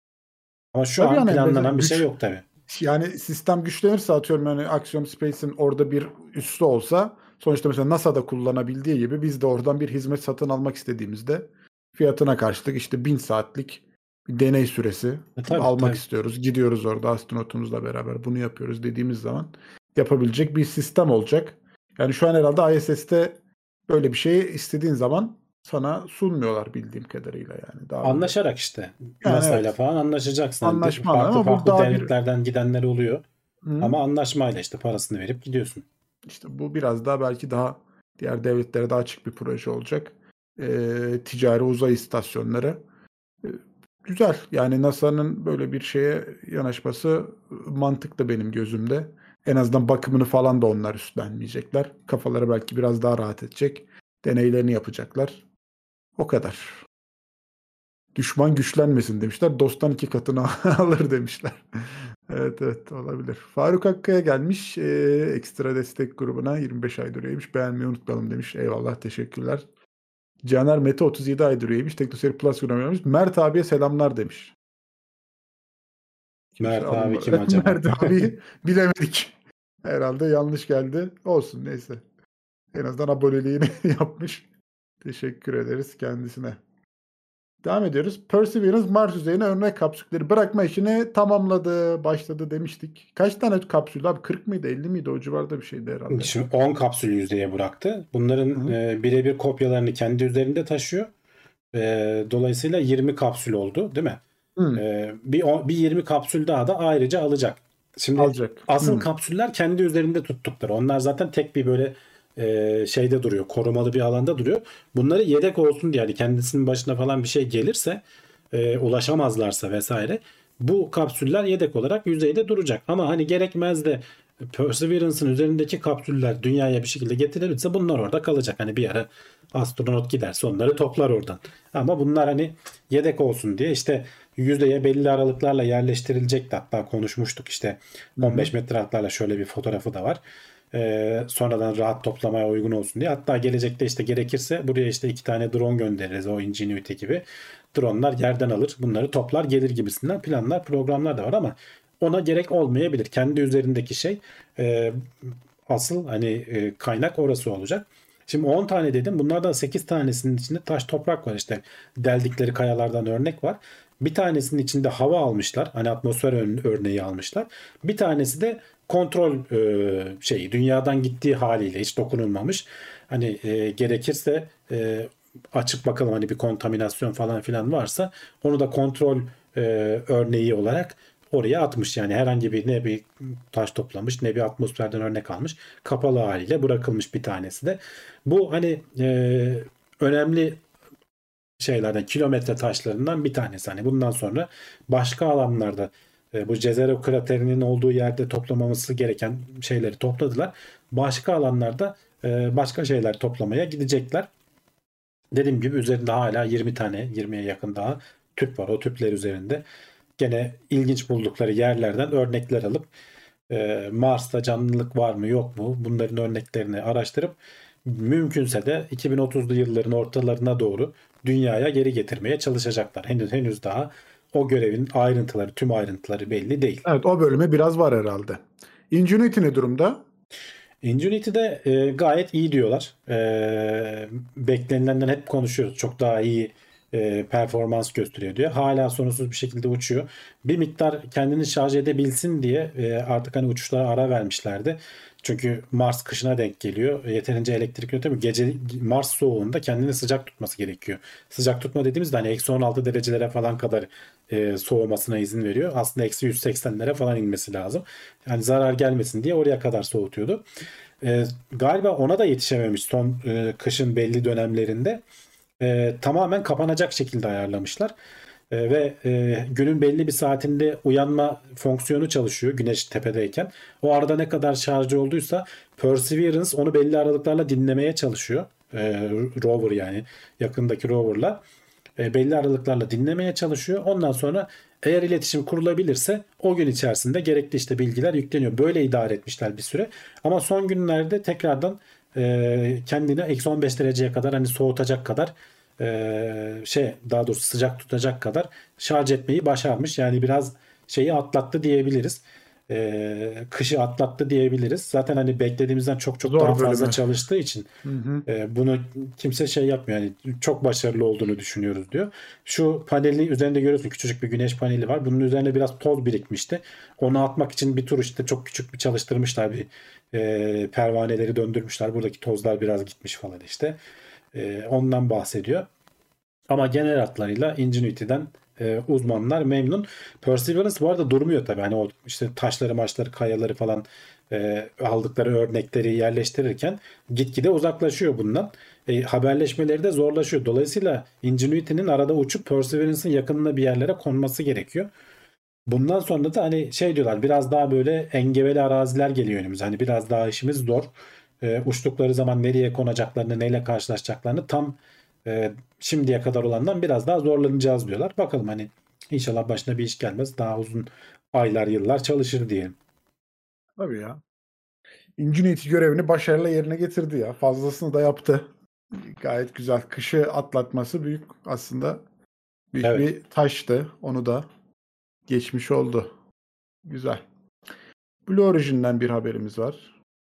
Ama şu Tabii an yani mesela planlanan bir şey güç yok tabii. yani sistem güçlenirse atıyorum yani Axiom Space'in orada bir üssü olsa sonuçta mesela NASA'da kullanabildiği gibi biz de oradan bir hizmet satın almak istediğimizde fiyatına karşılık işte bin saatlik bir deney süresi E, tabii almak tabii. istiyoruz. Gidiyoruz orada astronotumuzla beraber bunu yapıyoruz dediğimiz zaman yapabilecek bir sistem olacak. Yani şu an herhalde I S S'te böyle bir şeyi istediğin zaman sana sunmuyorlar bildiğim kadarıyla yani. Daha böyle. Anlaşarak işte Yani NASA ile evet falan anlaşacaksın. Hani de- anlaşmalı farklı ama bu farklı daha bir. devletlerden gidenler oluyor. Hı? Ama anlaşmayla işte parasını verip gidiyorsun. İşte bu biraz daha belki daha diğer devletlere daha açık bir proje olacak. Ee, ticari uzay istasyonları. Ee, güzel. Yani NASA'nın böyle bir şeye yanaşması mantıklı benim gözümde. En azından bakımını falan da onlar üstlenmeyecekler. Kafaları belki biraz daha rahat edecek. Deneylerini yapacaklar. O kadar. Düşman güçlenmesin demişler. Dosttan iki katını alır demişler. Evet evet olabilir. Faruk Hakkı'ya gelmiş. Ee, ekstra destek grubuna yirmi beş aydır üyeymiş. Beğenmeyi unutmayalım demiş. Eyvallah teşekkürler. Caner Mete otuz yedi aydır üyeymiş. Teknoseyir Plus grubuna üyeymiş. Mert abiye selamlar demiş. Kimse Mert abi alınmadı. kim acaba? Mert abi bilemedik. Herhalde yanlış geldi. Olsun neyse. En azından aboneliğini yapmış. Teşekkür ederiz kendisine. Devam ediyoruz. Perseverance Mars yüzeyine örnek kapsülleri bırakma işini tamamladı, başladı demiştik. Kaç tane kapsül abi? kırk mıydı, elli miydi? O civarda bir şeydi herhalde. Şimdi on kapsül yüzeye bıraktı. Bunların Hı. e, birebir kopyalarını kendi üzerinde taşıyor. E, dolayısıyla yirmi kapsül oldu, değil mi? Hı. E, bir, on- bir yirmi kapsül daha da ayrıca alacak. Şimdi Alacak. asıl Hı. kapsüller kendi üzerinde tuttukları. Onlar zaten tek bir böyle e, şeyde duruyor. Korumalı bir alanda duruyor. Bunları yedek olsun diye yani kendisinin başına falan bir şey gelirse e, ulaşamazlarsa vesaire bu kapsüller yedek olarak yüzeyde duracak. Ama hani gerekmez de Perseverance'ın üzerindeki kapsüller dünyaya bir şekilde getirilirse bunlar orada kalacak. Hani bir ara astronot giderse onları toplar oradan. Ama bunlar hani yedek olsun diye işte yüzeye belli aralıklarla yerleştirilecekti. Hatta konuşmuştuk işte Hı on hı. beş metre hatlarla şöyle bir fotoğrafı da var. Ee, sonradan rahat toplamaya uygun olsun diye. Hatta gelecekte işte gerekirse buraya işte iki tane drone göndeririz o Ingenuity gibi. Dronelar yerden alır bunları toplar gelir gibisinden planlar programlar da var ama ona gerek olmayabilir. Kendi üzerindeki şey e, asıl hani e, kaynak orası olacak. Şimdi on tane dedim. Bunlardan sekiz tanesinin içinde taş toprak var işte. Deldikleri kayalardan örnek var. Bir tanesinin içinde hava almışlar. Hani atmosfer ör- örneği almışlar. Bir tanesi de kontrol e, şeyi dünyadan gittiği haliyle hiç dokunulmamış. Hani e, gerekirse e, açıp bakalım hani bir kontaminasyon falan filan varsa onu da kontrol e, örneği olarak oraya atmış. Yani herhangi bir ne bir taş toplamış ne bir atmosferden örnek almış. Kapalı haliyle bırakılmış bir tanesi de. Bu hani e, önemli şeylerden kilometre taşlarından bir tanesi. Hani bundan sonra başka alanlarda e, bu Jezero kraterinin olduğu yerde toplamaması gereken şeyleri topladılar. Başka alanlarda e, başka şeyler toplamaya gidecekler. Dediğim gibi üzerinde hala yirmi tane yirmiye yakın daha tüp var. O tüpler üzerinde gene ilginç buldukları yerlerden örnekler alıp e, Mars'ta canlılık var mı yok mu bunların örneklerini araştırıp mümkünse de iki bin otuzlu yılların ortalarına doğru dünyaya geri getirmeye çalışacaklar. Henüz henüz daha o görevin ayrıntıları, tüm ayrıntıları belli değil. Evet o bölüme biraz var herhalde. Ingenuity ne durumda? Ingenity'de e, gayet iyi diyorlar. E, beklenilenden hep konuşuyoruz. Çok daha iyi e, performans gösteriyor diyor. Hala sorunsuz bir şekilde uçuyor. Bir miktar kendini şarj edebilsin diye e, artık hani uçuşlara ara vermişlerdi. Çünkü Mars kışına denk geliyor. Yeterince elektrik üretemiyor. Gece Mars soğuğunda kendini sıcak tutması gerekiyor. Sıcak tutma dediğimizde hani eksi on altı derecelere falan kadar e, soğumasına izin veriyor. Aslında eksi yüz seksenlere falan inmesi lazım. Yani zarar gelmesin diye oraya kadar soğutuyordu. E, galiba ona da yetişememiş son e, kışın belli dönemlerinde. E, tamamen kapanacak şekilde ayarlamışlar. E, ve e, günün belli bir saatinde uyanma fonksiyonu çalışıyor güneş tepedeyken. O arada ne kadar şarjı olduysa Perseverance onu belli aralıklarla dinlemeye çalışıyor. E, rover yani yakındaki roverla. E, belli aralıklarla dinlemeye çalışıyor. Ondan sonra eğer iletişim kurulabilirse o gün içerisinde gerekli işte bilgiler yükleniyor. Böyle idare etmişler bir süre. Ama son günlerde tekrardan e, kendini eksi on beş dereceye kadar hani soğutacak kadar e, şey daha doğrusu sıcak tutacak kadar şarj etmeyi başarmış. Yani biraz şeyi atlattı diyebiliriz. E, kışı atlattı diyebiliriz. Zaten hani beklediğimizden çok çok Zor daha fazla bölümü. çalıştığı için Hı hı. e, bunu kimse şey yapmıyor. Yani çok başarılı olduğunu düşünüyoruz diyor. Şu paneli üzerinde görüyorsun, küçücük bir güneş paneli var. Bunun üzerine biraz toz birikmişti. Onu atmak için bir tur işte çok küçük bir çalıştırmışlar, bir e, pervaneleri döndürmüşler. Buradaki tozlar biraz gitmiş falan işte. E, ondan bahsediyor. Ama genel hatlarıyla Ingenuity'den e, uzmanlar memnun. Perseverance bu arada durmuyor tabii. Hani o işte taşları, maçları, kayaları falan e, aldıkları örnekleri yerleştirirken gitgide uzaklaşıyor bundan. E, haberleşmeleri de zorlaşıyor. Dolayısıyla Ingenuity'nin arada uçup Perseverance'ın yakınına bir yerlere konması gerekiyor. Bundan sonra da hani şey diyorlar, biraz daha böyle engebeli araziler geliyor önümüze. Hani biraz daha işimiz zor. E, uçtukları zaman nereye konacaklarını, neyle karşılaşacaklarını tam e, şimdiye kadar olandan biraz daha zorlanacağız diyorlar. Bakalım hani inşallah başına bir iş gelmez. Daha uzun aylar, yıllar çalışır diyelim. Tabii ya. Ingenuity görevini başarıyla yerine getirdi ya. Fazlasını da yaptı. Gayet güzel. Kışı atlatması büyük aslında. Büyük Evet. bir taştı. Onu da geçmiş oldu. Güzel. Blue Origin'den bir haberimiz var.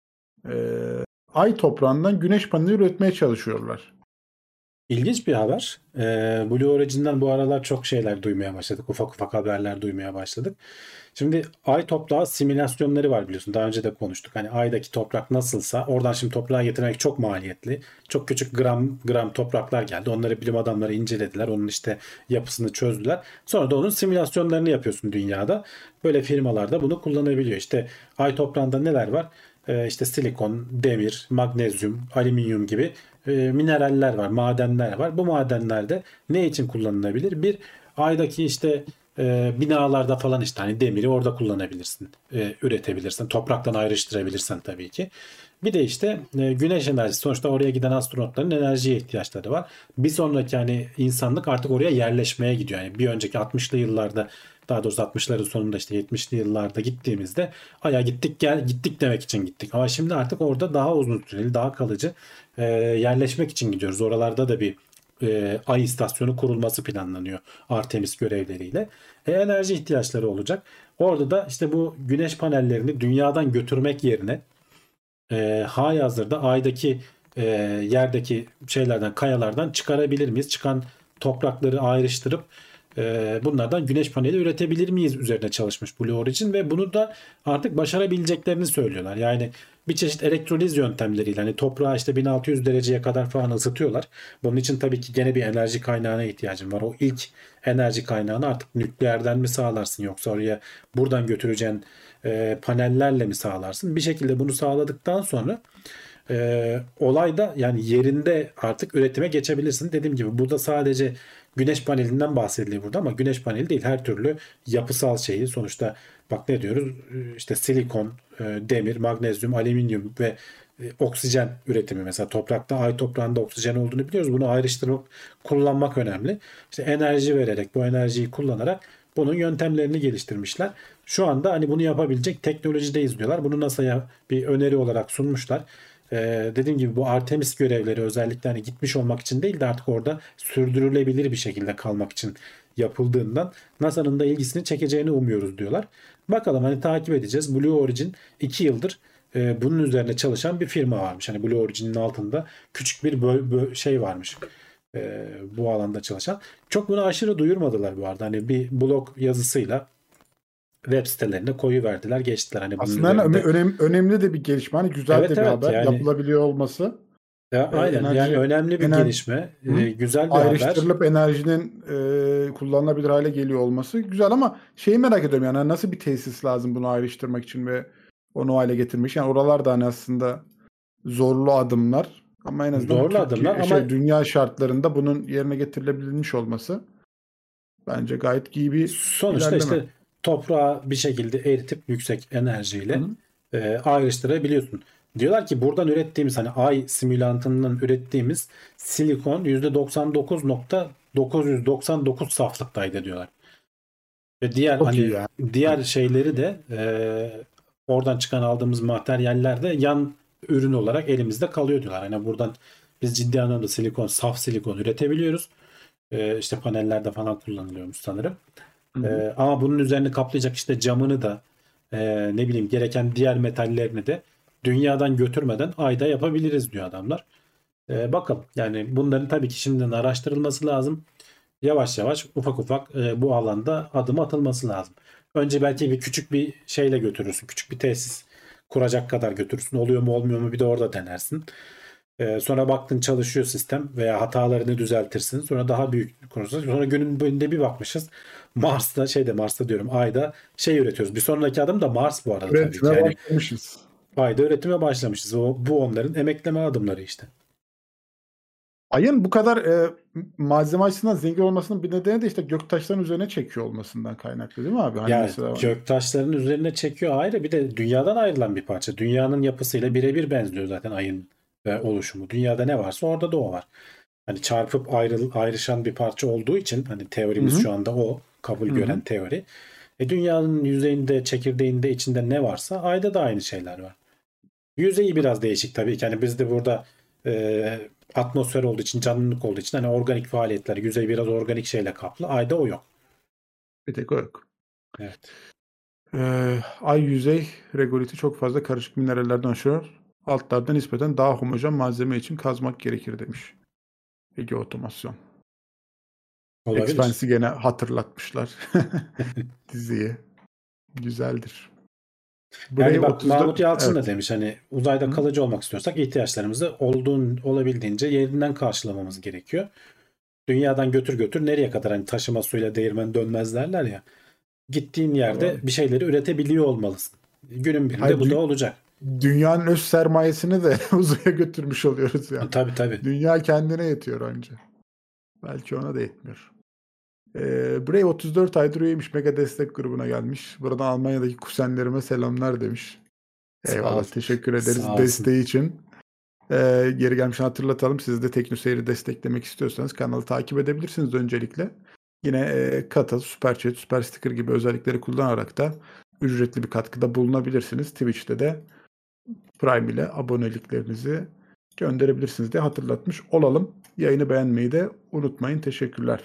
Ee, Ay toprağından güneş paneli üretmeye çalışıyorlar. İlginç bir haber. Ee, Blue Origin'den bu aralar çok şeyler duymaya başladık. Ufak ufak haberler duymaya başladık. Şimdi ay toprağı simülasyonları var biliyorsun. Daha önce de konuştuk. Hani aydaki toprak nasılsa oradan şimdi toprağa getirmek çok maliyetli. Çok küçük gram gram topraklar geldi. Onları bilim adamları incelediler. Onun işte yapısını çözdüler. Sonra da onun simülasyonlarını yapıyorsun dünyada. Böyle firmalar da bunu kullanabiliyor. İşte ay toprağında neler var? Ee, işte silikon, demir, magnezyum, alüminyum gibi e, mineraller var, madenler var. Bu madenlerde ne için kullanılabilir? Bir, aydaki işte e, binalarda falan işte hani demiri orada kullanabilirsin, e, üretebilirsin. Topraktan ayrıştırabilirsen tabii ki. Bir de işte e, güneş enerjisi. Sonuçta oraya giden astronotların enerjiye ihtiyaçları var. Bir sonraki hani insanlık artık oraya yerleşmeye gidiyor. Yani bir önceki altmışlı yıllarda, daha doğrusu altmışların sonunda işte yetmişli yıllarda gittiğimizde Ay'a gittik gel gittik demek için gittik. Ama şimdi artık orada daha uzun süreli, daha kalıcı e, yerleşmek için gidiyoruz. Oralarda da bir e, Ay istasyonu kurulması planlanıyor Artemis görevleriyle. E, enerji ihtiyaçları olacak. Orada da işte bu güneş panellerini dünyadan götürmek yerine e, halihazırda Ay'daki e, yerdeki şeylerden, kayalardan çıkarabilir miyiz? Çıkan toprakları ayrıştırıp e, bunlardan güneş paneli üretebilir miyiz üzerine çalışmış Blue Origin ve bunu da artık başarabileceklerini söylüyorlar. Yani bir çeşit elektroliz yöntemleriyle hani toprağı işte bin altı yüz dereceye kadar falan ısıtıyorlar. Bunun için tabii ki gene bir enerji kaynağına ihtiyacın var. O ilk enerji kaynağını artık nükleerden mi sağlarsın, yoksa oraya buradan götüreceğin e, panellerle mi sağlarsın? Bir şekilde bunu sağladıktan sonra e, olay da yani yerinde artık üretime geçebilirsin. Dediğim gibi burada sadece güneş panelinden bahsediliyor burada, ama güneş paneli değil, her türlü yapısal şeyi sonuçta bak ne diyoruz işte silikon, e, demir, magnezyum, alüminyum ve e, oksijen üretimi. Mesela toprakta, ay toprağında oksijen olduğunu biliyoruz. Bunu ayrıştırıp kullanmak önemli. İşte enerji vererek, bu enerjiyi kullanarak bunun yöntemlerini geliştirmişler. Şu anda hani bunu yapabilecek teknolojideyiz diyorlar. Bunu NASA'ya bir öneri olarak sunmuşlar. Ee, dediğim gibi bu Artemis görevleri özellikle hani gitmiş olmak için değil de artık orada sürdürülebilir bir şekilde kalmak için yapıldığından NASA'nın da ilgisini çekeceğini umuyoruz diyorlar. Bakalım hani takip edeceğiz. Blue Origin iki yıldır e, bunun üzerine çalışan bir firma varmış. Hani Blue Origin'in altında küçük bir böl- böl- şey varmış. E, bu alanda çalışan. Çok bunu aşırı duyurmadılar bu arada. Hani bir blog yazısıyla web sitelerine koyuverdiler, geçtiler. Hani bunun Aslında yani üzerinde. önem, önemli de bir gelişme. Hani güzel Evet, de bir evet, haber. yani Yapılabiliyor olması. ya, Ee, aynen yani enerji önemli bir ener gelişme, Hı. e, güzel bir haber. ayrıştırılıp enerjinin e, kullanılabilir hale geliyor olması güzel ama şeyi merak ediyorum yani nasıl bir tesis lazım bunu ayrıştırmak için ve onu hale getirmek için. Yani oralar da hani aslında zorlu adımlar ama en azından Zorlu adımlar Türkiye ama şey dünya şartlarında bunun yerine getirilebilmiş olması bence gayet iyi bir sonuçta ilerleme. işte toprağı bir şekilde eritip yüksek enerjiyle Hı. e, ayrıştırabiliyorsun. Diyorlar ki buradan ürettiğimiz hani ay simülantından ürettiğimiz silikon yüzde doksan dokuz nokta dokuz yüz doksan dokuz saflıktaydı diyorlar. Ve diğer Çok iyi hani yani. diğer şeyleri de e, oradan çıkan aldığımız materyaller de yan ürün olarak elimizde kalıyor diyorlar. Hani buradan biz ciddi anlamda silikon, saf silikon üretebiliyoruz. E, işte panellerde falan kullanılıyormuş sanırım. Hı hı. Ee, ama bunun üzerini kaplayacak işte camını da e, ne bileyim gereken diğer metallerini de dünyadan götürmeden ayda yapabiliriz diyor adamlar. Ee, bakalım yani bunların tabii ki şimdiden araştırılması lazım. Yavaş yavaş ufak ufak e, bu alanda adım atılması lazım. Önce belki bir küçük bir şeyle götürürsün. Küçük bir tesis kuracak kadar götürürsün. Oluyor mu olmuyor mu bir de orada denersin. Ee, sonra baktın çalışıyor sistem veya hatalarını düzeltirsin. Sonra daha büyük kurursun. Sonra günün birinde bir bakmışız. Mars'ta şeyde Mars'ta diyorum Ay'da şey üretiyoruz. Bir sonraki adım da Mars bu arada tabii ki. Üretime Yani başlamışız. Ay'da üretime başlamışız. O, bu onların emekleme adımları işte. Ayın bu kadar e, malzeme açısından zengin olmasının bir nedeni de işte göktaşların üzerine çekiyor olmasından kaynaklı değil mi abi? Hani Ya mesela göktaşların üzerine çekiyor ayrı bir de dünyadan ayrılan bir parça. Dünyanın yapısıyla birebir benziyor zaten Ay'ın e, oluşumu. Dünyada ne varsa orada da o var. Hani çarpıp ayrıl, ayrışan bir parça olduğu için hani Hı teorimiz hı. şu anda o kabul Hı gören hı. teori. E, dünyanın yüzeyinde, çekirdeğinde, içinde ne varsa ayda da aynı şeyler var. Yüzeyi biraz değişik tabii ki. Hani bizde burada e, atmosfer olduğu için, canlılık olduğu için hani organik faaliyetler, yüzey biraz organik şeyle kaplı. Ayda o yok. Bir tek o yok. Evet. Ee, ay yüzey regoliti çok fazla karışık minerallerden oluşuyor. Altlarda nispeten daha homojen malzeme için kazmak gerekir demiş. Ege Otomasyon. Olabilir. Expense'i gene hatırlatmışlar diziyi. Güzeldir. Yani Burayı bak otuz dört Mahmut Yalçın da evet. demiş hani uzayda Hı. kalıcı olmak istiyorsak ihtiyaçlarımızı olduğun olabildiğince yerinden karşılamamız gerekiyor. Dünyadan götür götür nereye kadar hani taşıma suyla değirmen dönmez derler ya. Gittiğin yerde Tamam. bir şeyleri üretebiliyor olmalısın. Günün birinde Hayır, bu da dü- olacak. dünyanın öz sermayesini de uzaya götürmüş oluyoruz yani. Tabii tabii. Dünya kendine yetiyor anca. Belki ona da yetmiyor. Ee, Brave otuz dört aydır üyeymiş. Mega destek grubuna gelmiş. Buradan Almanya'daki kuzenlerime selamlar demiş. Sağ ol. Eyvallah. Teşekkür ederiz Sağ olsun. desteği için. Ee, geri gelmişken hatırlatalım. Siz de TeknoSeyir'i desteklemek istiyorsanız kanalı takip edebilirsiniz öncelikle. Yine e, Katıl, Süper Chat, Süper Sticker gibi özellikleri kullanarak da ücretli bir katkıda bulunabilirsiniz. Twitch'te de Prime ile aboneliklerinizi gönderebilirsiniz diye hatırlatmış olalım. Yayını beğenmeyi de unutmayın. Teşekkürler.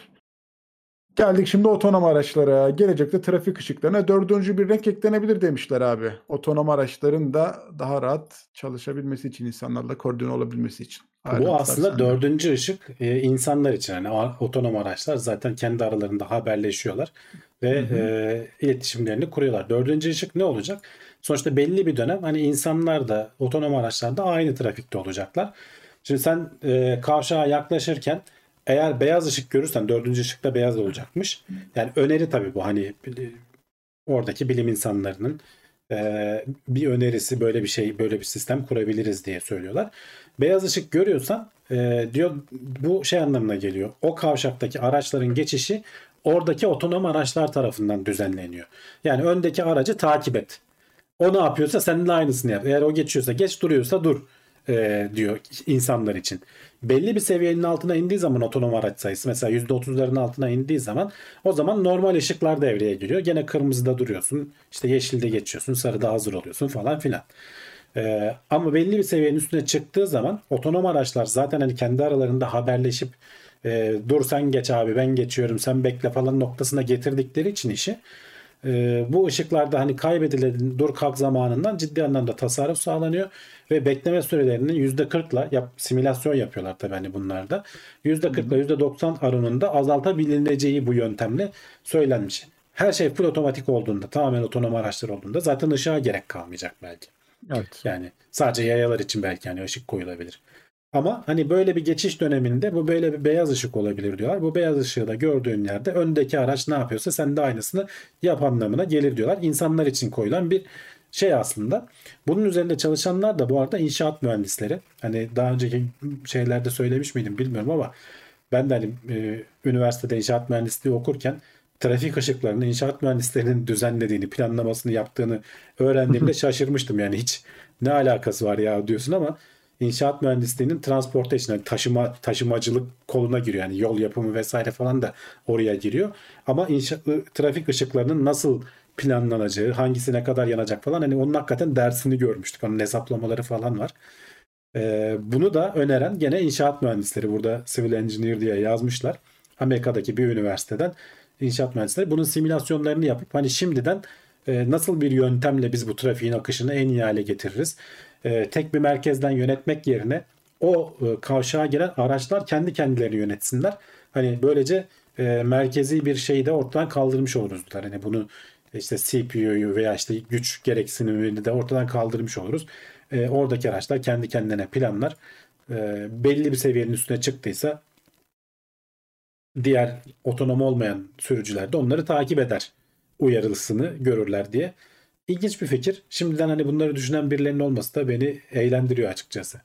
Geldik şimdi otonom araçlara. Gelecekte trafik ışıklarına dördüncü bir renk eklenebilir demişler abi. Otonom araçların da daha rahat çalışabilmesi için, insanlarla koordine olabilmesi için. Bu Ayrıntılar aslında sende. dördüncü ışık e, insanlar için. Yani a- otonom araçlar zaten kendi aralarında haberleşiyorlar ve Hı hı. e, iletişimlerini kuruyorlar. Dördüncü ışık ne olacak? Sonuçta belli bir dönem hani insanlar da otonom araçlar da aynı trafikte olacaklar. Şimdi sen e, kavşağa yaklaşırken eğer beyaz ışık görürsen dördüncü ışıkta beyaz olacakmış. Yani öneri tabii bu hani e, oradaki bilim insanlarının e, bir önerisi böyle bir şey böyle bir sistem kurabiliriz diye söylüyorlar. Beyaz ışık görüyorsan e, diyor bu şey anlamına geliyor. O kavşaktaki araçların geçişi oradaki otonom araçlar tarafından düzenleniyor. Yani öndeki aracı takip et. O ne yapıyorsa seninle aynısını yap. Eğer o geçiyorsa geç duruyorsa dur e, diyor insanlar için. Belli bir seviyenin altına indiği zaman otonom araç sayısı mesela yüzde otuzların altına indiği zaman o zaman normal ışıklar devreye giriyor. Gene kırmızıda duruyorsun. İşte yeşilde geçiyorsun. Sarıda hazır oluyorsun falan filan. Ee, ama belli bir seviyenin üstüne çıktığı zaman otonom araçlar zaten hani kendi aralarında haberleşip e, dur sen geç abi ben geçiyorum sen bekle falan noktasına getirdikleri için işi e, bu ışıklarda hani kaybedilen dur kalk zamanından ciddi anlamda tasarruf sağlanıyor ve bekleme sürelerinin yüzde kırkla yap, simülasyon yapıyorlar tabii hani bunlarda. yüzde Hı kırk ile hı. yüzde doksan oranında azaltabileceği bu yöntemle söylenmiş. her şey full otomatik olduğunda, tamamen otonom araçlar olduğunda zaten ışığa gerek kalmayacak belki. Evet. Yani sadece yayalar için belki hani ışık koyulabilir. Ama hani böyle bir geçiş döneminde bu böyle bir beyaz ışık olabilir diyorlar. Bu beyaz ışığı da gördüğün yerde öndeki araç ne yapıyorsa sen de aynısını yap anlamına gelir diyorlar. İnsanlar için koyulan bir şey aslında. Bunun üzerinde çalışanlar da bu arada inşaat mühendisleri. Hani daha önceki şeylerde söylemiş miydim bilmiyorum ama ben de hani e, üniversitede inşaat mühendisliği okurken trafik ışıklarını inşaat mühendislerinin düzenlediğini, planlamasını yaptığını öğrendiğimde şaşırmıştım. Yani hiç ne alakası var ya diyorsun ama inşaat mühendisliğinin transportation, yani taşıma taşımacılık koluna giriyor. Yani yol yapımı vesaire falan da oraya giriyor. Ama inşa, trafik ışıklarının nasıl planlanacağı, hangisi ne kadar yanacak falan hani onun hakikaten dersini görmüştük. Onun hesaplamaları falan var. Ee, bunu da öneren gene inşaat mühendisleri, burada civil engineer diye yazmışlar. Amerika'daki bir üniversiteden inşaat mühendisleri bunun simülasyonlarını yapıp hani şimdiden e, nasıl bir yöntemle biz bu trafiğin akışını en iyi hale getiririz. E, tek bir merkezden yönetmek yerine o e, kavşağa giren araçlar kendi kendilerini yönetsinler. Hani böylece e, merkezi bir şeyi de ortadan kaldırmış oluruz. Hani bunu işte C P U'yu veya işte güç gereksinimini de ortadan kaldırmış oluruz. E, oradaki araçlar kendi kendine planlar. E, belli bir seviyenin üstüne çıktıysa diğer otonom olmayan sürücüler de onları takip eder. Uyarılısını görürler diye. İlginç bir fikir. Şimdiden hani bunları düşünen birilerinin olması da beni eğlendiriyor açıkçası.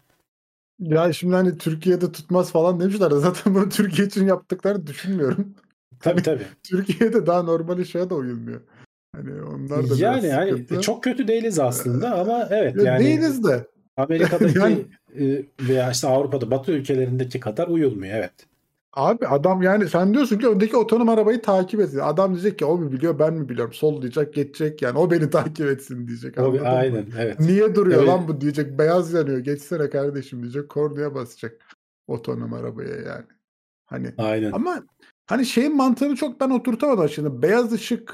Ya şimdi hani Türkiye'de tutmaz falan demişler. Zaten bunu Türkiye için yaptıklarını düşünmüyorum. Tabii Hani tabii. Türkiye'de daha normal işe de uyulmuyor. Hani onlar da Yani biraz hani sıkıntı. çok kötü değiliz aslında ama evet Ya yani değiliz de. Amerika'daki Yani e, veya işte Avrupa'da Batı ülkelerindeki kadar uyulmuyor evet. abi adam yani sen diyorsun ki öndeki otonom arabayı takip etsin. Adam diyecek ki o mu biliyor ben mi biliyorum. Sollayacak geçecek yani o beni takip etsin diyecek O anladın mı? aynen evet. Niye duruyor Öyle, lan bu diyecek. Beyaz yanıyor geçsene kardeşim diyecek. Kornaya basacak otonom arabaya yani. Hani aynen. ama hani şeyin mantığını çok ben oturtamadım şimdi. Beyaz ışık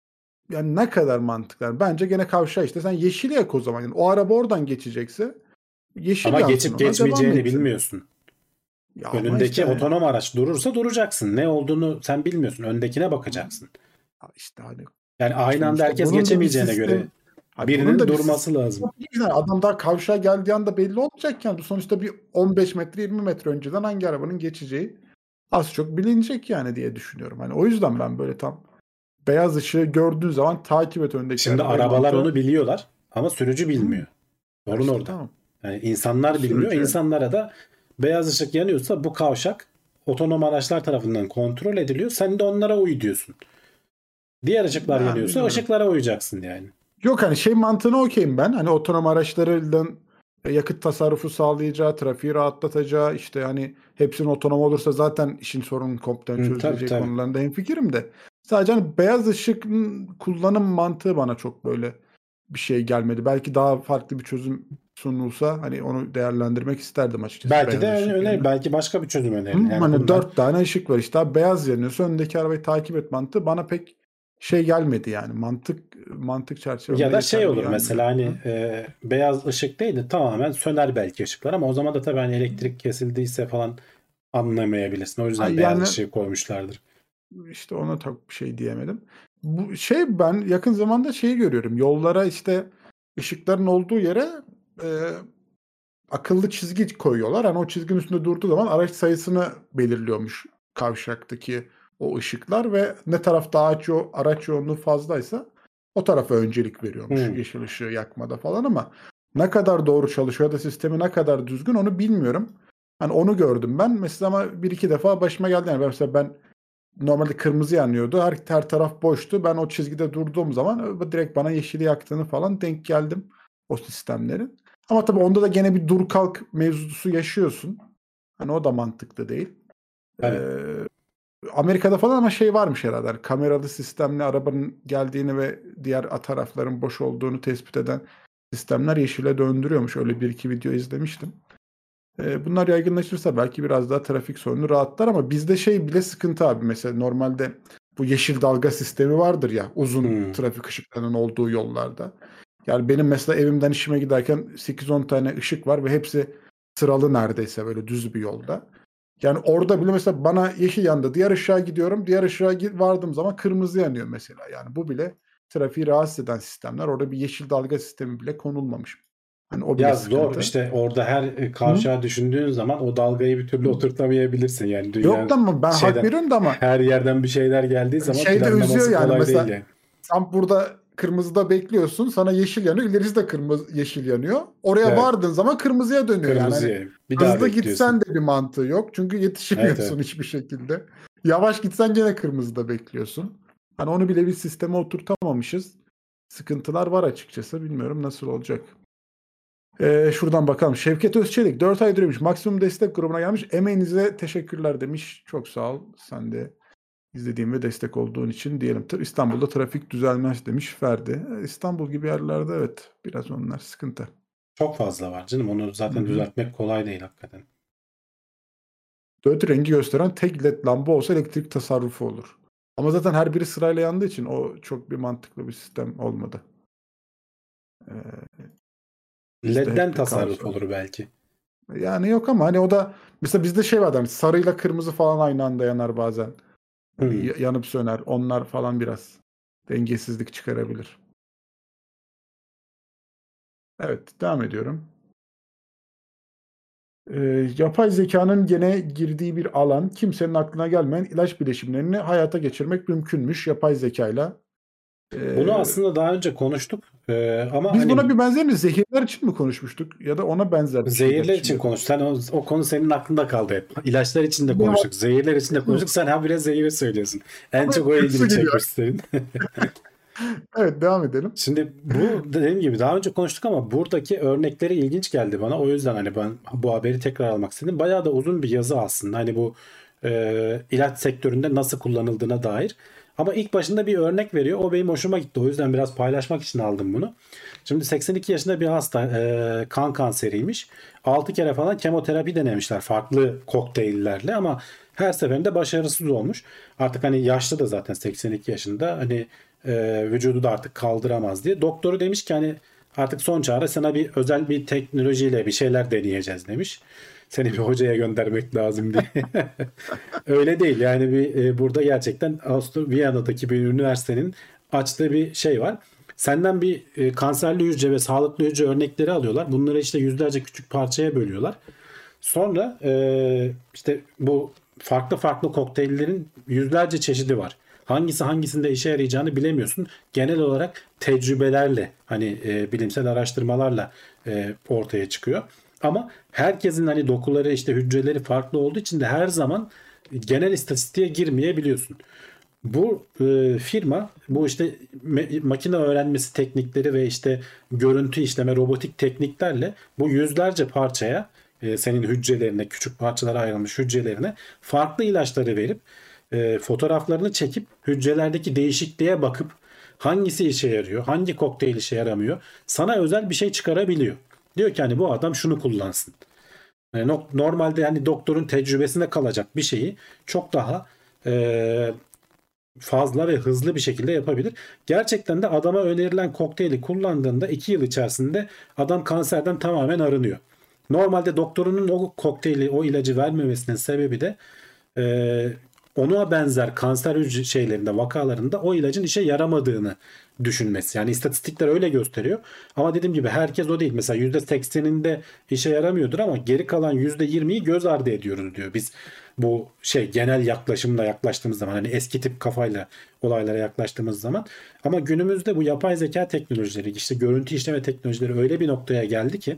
yani ne kadar mantıklı. Yani bence gene kavşağı işte sen yeşil yak o zaman. Yani o araba oradan geçecekse yeşil Ama yansın geçip ona devam geçmeyeceğini etsin. bilmiyorsun. Ya ama Önündeki işte otonom araç durursa duracaksın. Ne olduğunu sen bilmiyorsun. Öndekine bakacaksın. ya işte hani Yani aynı anda sonuçta herkes bunun da bir geçemeyeceğine göre sistem ha bunun birinin da bir durması sistem lazım. yani adam daha kavşağa geldiği anda belli olmayacak yani bu sonuçta bir on beş metre yirmi metre önceden hangi arabanın geçeceği az çok bilinecek yani diye düşünüyorum. Hani o yüzden ben böyle tam beyaz ışığı gördüğün zaman takip et öndeki Şimdi arabayı arabalar mantığı. onu biliyorlar ama sürücü Hı. bilmiyor. Ya Sorun işte orada. tamam. Yani insanlar bilmiyor. Sürücü yani. İnsanlara da beyaz ışık yanıyorsa bu kavşak otonom araçlar tarafından kontrol ediliyor. Sen de onlara uy diyorsun. Diğer ışıklar Yani yanıyorsa bilmiyorum. ışıklara uyacaksın yani. Yok hani şey mantığına okeyim ben. Hani otonom araçların yakıt tasarrufu sağlayacağı, trafiği rahatlatacağı işte hani hepsinin otonom olursa zaten işin sorunun komple Hı, tabii çözüleceği tabii. konularında hemfikirim de. Sadece hani beyaz ışıkın kullanım mantığı bana çok böyle bir şey gelmedi. Belki daha farklı bir çözüm sunulsa hani onu değerlendirmek isterdim açıkçası Belki de beyaz ışık öner, yerine. belki başka bir çözüm Hı, önerilir. Yani hani bunlar dört tane ışık var işte abi beyaz yanıyorsa öndeki arabayı takip et mantığı bana pek şey gelmedi yani mantık mantık ya çerçevemde da şey yeterli olur gelmiyor. mesela hani Hı? e, beyaz ışık değil de tamamen söner belki ışıklar ama o zaman da tabii hani elektrik kesildiyse falan anlamayabilirsin. O yüzden Ay beyaz yani ışığı koymuşlardır. işte ona çok bir şey diyemedim. Bu şey ben yakın zamanda şeyi görüyorum. Yollara işte ışıkların olduğu yere e, akıllı çizgi koyuyorlar. Hani o çizginin üstünde durduğu zaman araç sayısını belirliyormuş kavşaktaki o ışıklar ve ne tarafta araç, yo- araç yoğunluğu fazlaysa o tarafa öncelik veriyormuş Hmm. yeşil ışığı yakmada falan ama ne kadar doğru çalışıyor da sistemi ne kadar düzgün onu bilmiyorum. Hani onu gördüm ben. Mesela ama bir iki defa başıma geldi. Yani mesela ben normalde kırmızı yanıyordu. Her, her taraf boştu. Ben o çizgide durduğum zaman e, direkt bana yeşili yaktığını falan denk geldim o sistemlerin. Ama tabii onda da gene bir dur kalk mevzusu yaşıyorsun. Hani o da mantıklı değil. Tabii. Ee, Amerika'da falan ama şey varmış herhalde. Hani kameralı sistemle arabanın geldiğini ve diğer tarafların boş olduğunu tespit eden sistemler yeşile döndürüyormuş. Öyle bir iki video izlemiştim. Ee, bunlar yaygınlaşırsa belki biraz daha trafik sorunu rahatlar ama bizde şey bile sıkıntı abi. Mesela normalde bu yeşil dalga sistemi vardır ya uzun Hmm. trafik ışıklarının olduğu yollarda. Yani benim mesela evimden işime giderken sekiz on tane ışık var ve hepsi sıralı neredeyse böyle düz bir yolda. Yani orada bile mesela bana yeşil yandı. Diğer ışığa gidiyorum. Diğer ışığa vardığım zaman kırmızı yanıyor mesela. Yani bu bile trafiği rahatsız eden sistemler. Orada bir yeşil dalga sistemi bile konulmamış. Hani o bile Ya zor sıkıntı. işte orada her e, Hı? kavşağı düşündüğün zaman o dalgayı bir türlü Hı. oturtamayabilirsin. Yani Yok dünyanın da mı ben hak şeyden veriyorum da ama her yerden bir şeyler geldiği zaman şey de üzüyor planlaması yani kolay değil mesela yani. sen burada kırmızıda bekliyorsun. Sana yeşil yanıyor. İlerisi de kırmızı yeşil yanıyor. Oraya Evet. vardığın zaman kırmızıya dönüyor yani. Hani Kırmızıya. Bir daha hızlı bekliyorsun. gitsen de bir mantığı yok. Çünkü Evet, yetişemiyorsun evet. hiçbir şekilde. Yavaş gitsen gene kırmızıda bekliyorsun. Hani onu bile bir sisteme oturtamamışız. Sıkıntılar var açıkçası. Bilmiyorum nasıl olacak. Ee, şuradan bakalım. Şevket Özçelik dört aydır demiş. Maksimum destek grubuna gelmiş. Emeğinize teşekkürler demiş. Çok sağ ol. Sen de izlediğim ve destek olduğun için diyelim. İstanbul'da trafik düzelmez demiş Ferdi. Ee, İstanbul gibi yerlerde evet biraz onlar sıkıntı. Çok fazla var canım. Onu zaten Hı hı. düzeltmek kolay değil hakikaten. Dört rengi gösteren tek led lamba olsa elektrik tasarrufu olur. Ama zaten her biri sırayla yandığı için o çok bir mantıklı bir sistem olmadı. Ee, bizde hep L E D'den bir kaos tasarruf var. olur belki. Yani yok ama hani o da mesela bizde şey var hani sarıyla kırmızı falan aynı anda yanar bazen. Hani Hmm. y- yanıp söner. Onlar falan biraz dengesizlik çıkarabilir. Evet, devam ediyorum. Ee, yapay zekanın gene girdiği bir alan, kimsenin aklına gelmeyen ilaç bileşimlerini hayata geçirmek mümkünmüş yapay zekayla. Ee, Bunu aslında daha önce konuştuk. Ee, ama biz buna hani bir benzer mi? Zehirler için mi konuşmuştuk? Ya da ona benzer bir şeyler zehirler için için mi konuştuk. konuştuk? Sen o, o konu senin aklında kaldı hep. İlaçlar için de Ne var? konuştuk. Zehirler için de konuştuk. Sen habire zehiri söylüyorsun. En Ama çok o kötüsü ilgini geliyor. çekmiş senin. Evet, devam edelim. Şimdi bu dediğim gibi daha önce konuştuk ama buradaki örnekleri ilginç geldi bana. O yüzden hani ben bu haberi tekrar almak istedim. Bayağı da uzun bir yazı aslında. Hani bu e, ilaç sektöründe nasıl kullanıldığına dair. Ama ilk başında bir örnek veriyor. O benim hoşuma gitti. O yüzden biraz paylaşmak için aldım bunu. Şimdi seksen iki yaşında bir hasta e, kan kanseriymiş. altı kere falan kemoterapi denemişler farklı kokteyllerle ama her seferinde başarısız olmuş. Artık hani yaşlı da zaten seksen iki yaşında. Hani e, vücudu da artık kaldıramaz diye. Doktoru demiş ki hani artık son çare sana bir özel bir teknolojiyle bir şeyler deneyeceğiz demiş. Seni bir hocaya göndermek lazım diye. Öyle değil yani bir e, burada gerçekten Avusturya Viyana'daki bir üniversitenin açtığı bir şey var. Senden bir e, kanserli hücre ve sağlıklı hücre örnekleri alıyorlar. Bunları işte yüzlerce küçük parçaya bölüyorlar. Sonra e, işte bu farklı farklı kokteyllerin yüzlerce çeşidi var. Hangisi hangisinde işe yarayacağını bilemiyorsun. Genel olarak tecrübelerle hani e, bilimsel araştırmalarla e, ortaya çıkıyor. Ama herkesin hani dokuları işte hücreleri farklı olduğu için de her zaman genel istatistiğe girmeyebiliyorsun. Bu e, firma bu işte me- makine öğrenmesi teknikleri ve işte görüntü işleme robotik tekniklerle bu yüzlerce parçaya e, senin hücrelerine küçük parçalara ayrılmış hücrelerine farklı ilaçları verip e, fotoğraflarını çekip hücrelerdeki değişikliğe bakıp hangisi işe yarıyor, hangi kokteyl işe yaramıyor sana özel bir şey çıkarabiliyor. Diyor ki hani bu adam şunu kullansın. Yani no- normalde hani doktorun tecrübesine kalacak bir şeyi çok daha e, fazla ve hızlı bir şekilde yapabilir. Gerçekten de adama önerilen kokteyli kullandığında iki yıl içerisinde adam kanserden tamamen arınıyor. Normalde doktorunun o kokteyli, o ilacı vermemesinin sebebi de e, ona benzer kanser hücre şeylerinde, vakalarında o ilacın işe yaramadığını düşünmesi. Yani istatistikler öyle gösteriyor. Ama dediğim gibi herkes o değil. Mesela yüzde sekseninde işe yaramıyordur ama geri kalan yüzde yirmiyi göz ardı ediyoruz diyor. Biz bu şey genel yaklaşımla yaklaştığımız zaman hani eski tip kafayla olaylara yaklaştığımız zaman ama günümüzde bu yapay zeka teknolojileri işte görüntü işleme teknolojileri öyle bir noktaya geldi ki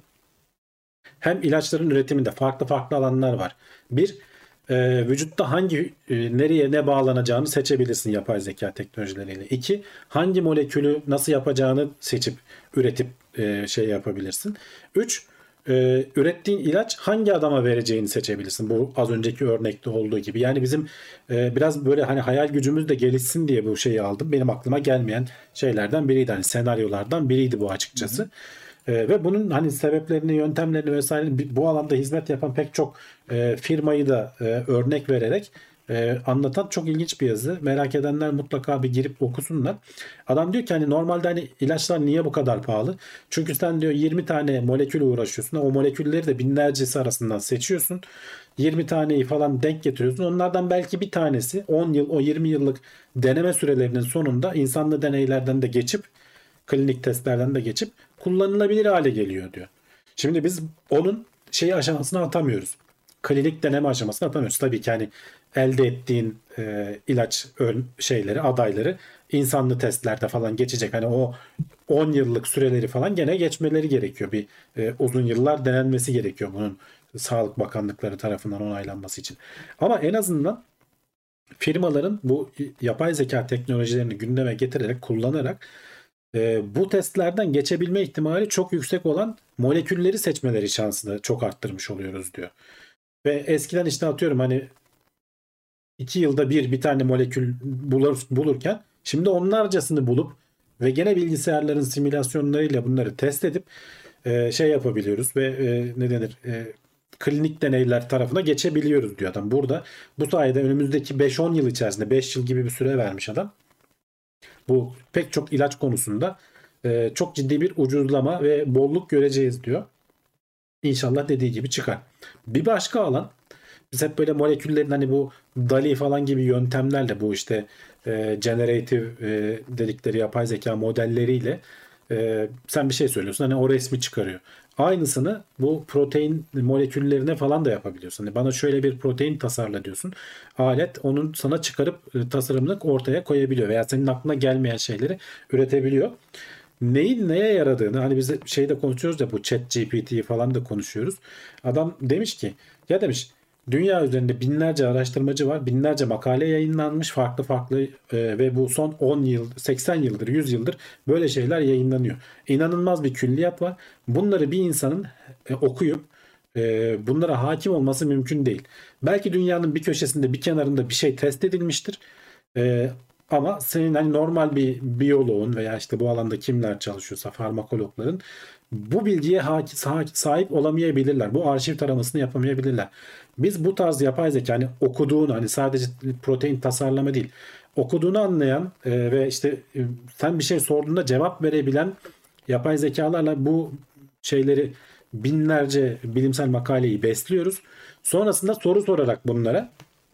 hem ilaçların üretiminde farklı farklı alanlar var. Bir e, vücutta hangi e, nereye ne bağlanacağını seçebilirsin yapay zeka teknolojileriyle. İki hangi molekülü nasıl yapacağını seçip üretip e, şey yapabilirsin. Üç e, ürettiğin ilaç hangi adama vereceğini seçebilirsin. Bu az önceki örnekte olduğu gibi. Yani bizim e, biraz böyle hani hayal gücümüz de gelişsin diye bu şeyi aldım. Benim aklıma gelmeyen şeylerden biriydi. Hani senaryolardan biriydi bu Hı açıkçası. hı. E, ve bunun hani sebeplerini, yöntemlerini vesaire bu alanda hizmet yapan pek çok e, firmayı da e, örnek vererek e, anlatan çok ilginç bir yazı. Merak edenler mutlaka bir girip okusunlar. Adam diyor ki hani normalde hani ilaçlar niye bu kadar pahalı? Çünkü sen diyor yirmi tane molekülle uğraşıyorsun. O molekülleri de binlercesi arasından seçiyorsun. yirmi taneyi falan denk getiriyorsun. Onlardan belki bir tanesi on yıl, o yirmi yıllık deneme sürelerinin sonunda insanlı deneylerden de geçip, klinik testlerden de geçip kullanılabilir hale geliyor diyor. Şimdi biz onun şeyi aşamasına atamıyoruz. Klinik deneme aşamasına atamıyoruz. Tabii ki hani elde ettiğin e, ilaç ön, şeyleri, adayları insanlı testlerde falan geçecek. Hani o on yıllık süreleri falan gene geçmeleri gerekiyor. Bir e, uzun yıllar denenmesi gerekiyor bunun Sağlık Bakanlıkları tarafından onaylanması için. Ama en azından firmaların bu yapay zeka teknolojilerini gündeme getirerek, kullanarak e, bu testlerden geçebilme ihtimali çok yüksek olan molekülleri seçmeleri şansını çok arttırmış oluyoruz diyor. Ve eskiden işte atıyorum hani iki yılda bir bir tane molekül bulur, bulurken şimdi onlarcasını bulup ve gene bilgisayarların simülasyonlarıyla bunları test edip e, şey yapabiliyoruz ve e, ne denir e, klinik deneyler tarafına geçebiliyoruz diyor adam. Burada bu sayede önümüzdeki beş on yıl içerisinde, beş yıl gibi bir süre vermiş adam. Bu pek çok ilaç konusunda e, çok ciddi bir ucuzlama ve bolluk göreceğiz diyor. İnşallah dediği gibi çıkar. Bir başka alan, biz hep böyle moleküllerin hani bu DALI falan gibi yöntemlerle, bu işte e, generative e, dedikleri yapay zeka modelleriyle e, sen bir şey söylüyorsun, hani o resmi çıkarıyor. Aynısını bu protein moleküllerine falan da yapabiliyorsun. Hani bana şöyle bir protein tasarla diyorsun. Alet onun sana çıkarıp e, tasarımını ortaya koyabiliyor veya senin aklına gelmeyen şeyleri üretebiliyor. Neyin neye yaradığını, hani biz de şeyde konuşuyoruz ya, bu chat G P T'yi falan da konuşuyoruz. Adam demiş ki, ya demiş, dünya üzerinde binlerce araştırmacı var. Binlerce makale yayınlanmış farklı farklı e, ve bu son on yıl, seksen yıldır, yüz yıldır böyle şeyler yayınlanıyor. İnanılmaz bir külliyat var. Bunları bir insanın e, okuyup e, bunlara hakim olması mümkün değil. Belki dünyanın bir köşesinde, bir kenarında bir şey test edilmiştir. E, Ama senin hani normal bir biyoloğun veya işte bu alanda kimler çalışıyorsa farmakologların bu bilgiye ha- sa- sahip olamayabilirler. Bu arşiv taramasını yapamayabilirler. Biz bu tarz yapay zeka, hani okuduğunu, hani sadece protein tasarlama değil, okuduğunu anlayan e, ve işte e, sen bir şey sorduğunda cevap verebilen yapay zekalarla bu şeyleri, binlerce bilimsel makaleyi besliyoruz. Sonrasında soru sorarak bunlara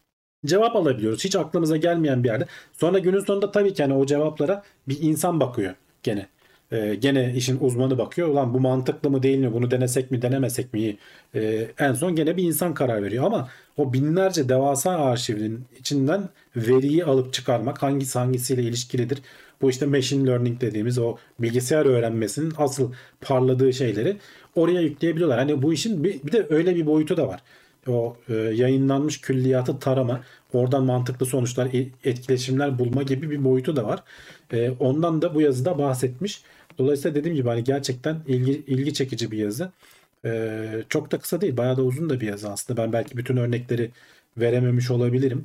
cevap alabiliyoruz. Hiç aklımıza gelmeyen bir yerde. Sonra günün sonunda tabii ki hani o cevaplara bir insan bakıyor gene. Ee, gene işin uzmanı bakıyor. Ulan bu mantıklı mı değil mi? Bunu denesek mi denemesek mi? Ee, en son gene bir insan karar veriyor. Ama o binlerce devasa arşivin içinden veriyi alıp çıkarmak, hangisi hangisiyle ilişkilidir? Bu işte machine learning dediğimiz o bilgisayar öğrenmesinin asıl parladığı şeyleri oraya yükleyebiliyorlar. Hani bu işin bir, bir de öyle bir boyutu da var. O e, yayınlanmış külliyatı tarama, oradan mantıklı sonuçlar, e- etkileşimler bulma gibi bir boyutu da var. E, ondan da bu yazıda bahsetmiş. Dolayısıyla dediğim gibi hani gerçekten ilgi, ilgi çekici bir yazı. E, çok da kısa değil, bayağı da uzun da bir yazı aslında. Ben belki bütün örnekleri verememiş olabilirim.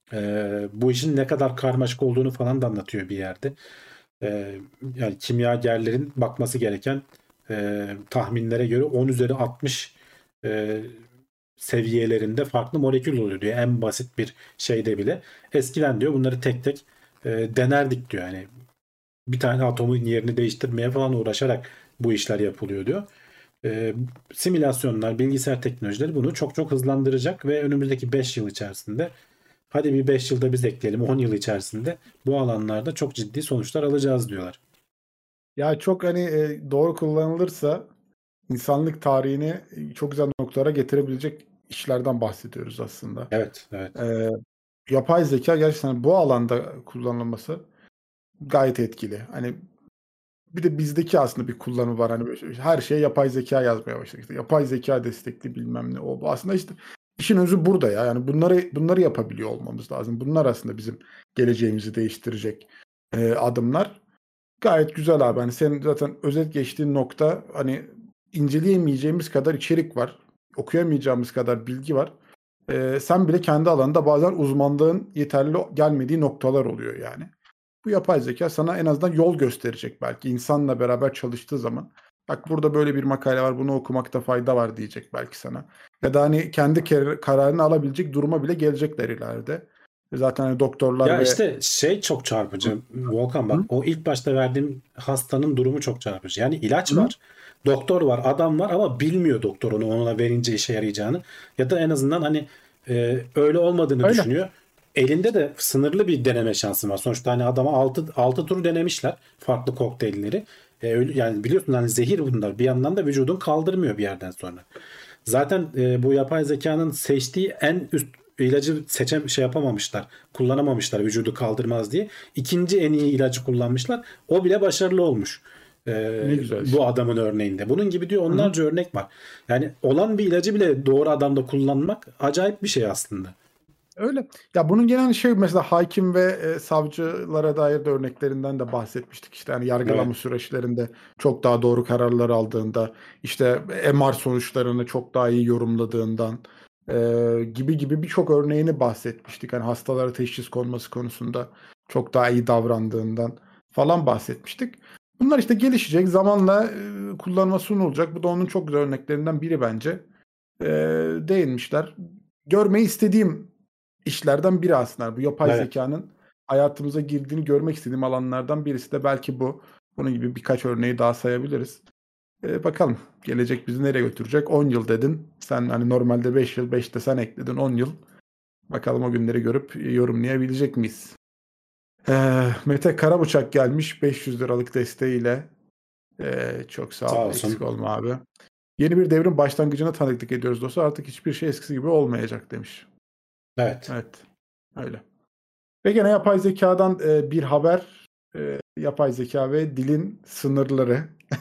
E, bu işin ne kadar karmaşık olduğunu falan da anlatıyor bir yerde. E, Yani kimyagerlerin bakması gereken e, tahminlere göre on üzeri altmış e, seviyelerinde farklı molekül oluyor diyor. En basit bir şeyde bile. Eskiden diyor bunları tek tek e, denerdik diyor. Yani bir tane atomun yerini değiştirmeye falan uğraşarak bu işler yapılıyor diyor. E, simülasyonlar, bilgisayar teknolojileri bunu çok çok hızlandıracak ve önümüzdeki beş yıl içerisinde, hadi bir beş yılda biz ekleyelim, on yıl içerisinde bu alanlarda çok ciddi sonuçlar alacağız diyorlar. Ya çok hani e, doğru kullanılırsa insanlık tarihini e, çok güzel noktalara getirebilecek işlerden bahsediyoruz aslında. Evet, evet. Ee, Yapay zeka gerçekten bu alanda kullanılması gayet etkili. Hani bir de bizdeki aslında bir kullanımı var. Hani böyle şey- her şeye yapay zeka yazmaya başladık. İşte yapay zeka destekli bilmem ne o. Bu aslında işte işin özü burada ya. Yani bunları bunları yapabiliyor olmamız lazım. Bunlar aslında bizim geleceğimizi değiştirecek e, adımlar. Gayet güzel abi. Hani senin zaten özet geçtiğin nokta, hani inceleyemeyeceğimiz kadar içerik var. Okuyamayacağımız kadar bilgi var. Ee, sen bile kendi alanında bazen uzmanlığın yeterli gelmediği noktalar oluyor yani. Bu yapay zeka sana en azından yol gösterecek belki. İnsanla beraber çalıştığı zaman Bak burada böyle bir makale var, bunu okumakta fayda var diyecek belki sana. Ya da hani kendi ker- kararını alabilecek duruma bile gelecekler ileride. Zaten hani doktorlar Ya ve işte şey çok çarpıcı Volkan, bak Hı? o ilk başta verdiğim hastanın durumu çok çarpıcı. Yani ilaç Hı? var, doktor var, adam var ama bilmiyor doktor onu ona verince işe yarayacağını. Ya da en azından hani e, öyle olmadığını Öyle. düşünüyor. Elinde de sınırlı bir deneme şansı var. Sonuçta hani adama altı altı tur denemişler farklı kokteylleri. E, öyle- yani biliyorsun hani zehir bunlar. Bir yandan da vücudun kaldırmıyor bir yerden sonra. Zaten e, bu yapay zekanın seçtiği en üst ilacı seçem şey yapamamışlar. Kullanamamışlar vücudu kaldırmaz diye. İkinci en iyi ilacı kullanmışlar. O bile başarılı olmuş. E, Ne güzel işte. bu adamın örneğinde. Bunun gibi diyor Hı hı. onlarca örnek var. Yani olan bir ilacı bile doğru adamda kullanmak acayip bir şey aslında. Öyle. Ya bunun genel şey mesela hakim ve e, savcılara dair de örneklerinden de bahsetmiştik. İşte hani yargılama Evet. süreçlerinde çok daha doğru kararlar aldığında, işte M R sonuçlarını çok daha iyi yorumladığından e, gibi gibi birçok örneğini bahsetmiştik. Hani hastalara teşhis konması konusunda çok daha iyi davrandığından falan bahsetmiştik. Bunlar işte gelişecek, zamanla e, kullanıma sunulacak. Bu da onun çok güzel örneklerinden biri bence. E, Değinmişler. Görmeyi istediğim işlerden biri aslında. Bu yapay Evet. zekanın hayatımıza girdiğini görmek istediğim alanlardan birisi de belki bu. Bunun gibi birkaç örneği daha sayabiliriz. Ee, bakalım gelecek bizi nereye götürecek? on yıl dedin. Sen hani normalde beş yıl, beş de sen ekledin on yıl. Bakalım o günleri görüp yorumlayabilecek miyiz? Ee, Mete Karabıçak gelmiş beş yüz liralık desteğiyle. Ee, çok sağ Sağ ol, eksik olsun. olma abi. Yeni bir devrin başlangıcına tanıklık ediyoruz dostlar. Artık hiçbir şey eskisi gibi olmayacak demiş. Evet. Evet, öyle. Ve gene yapay zekadan e, bir haber. E, yapay zeka ve dilin sınırları.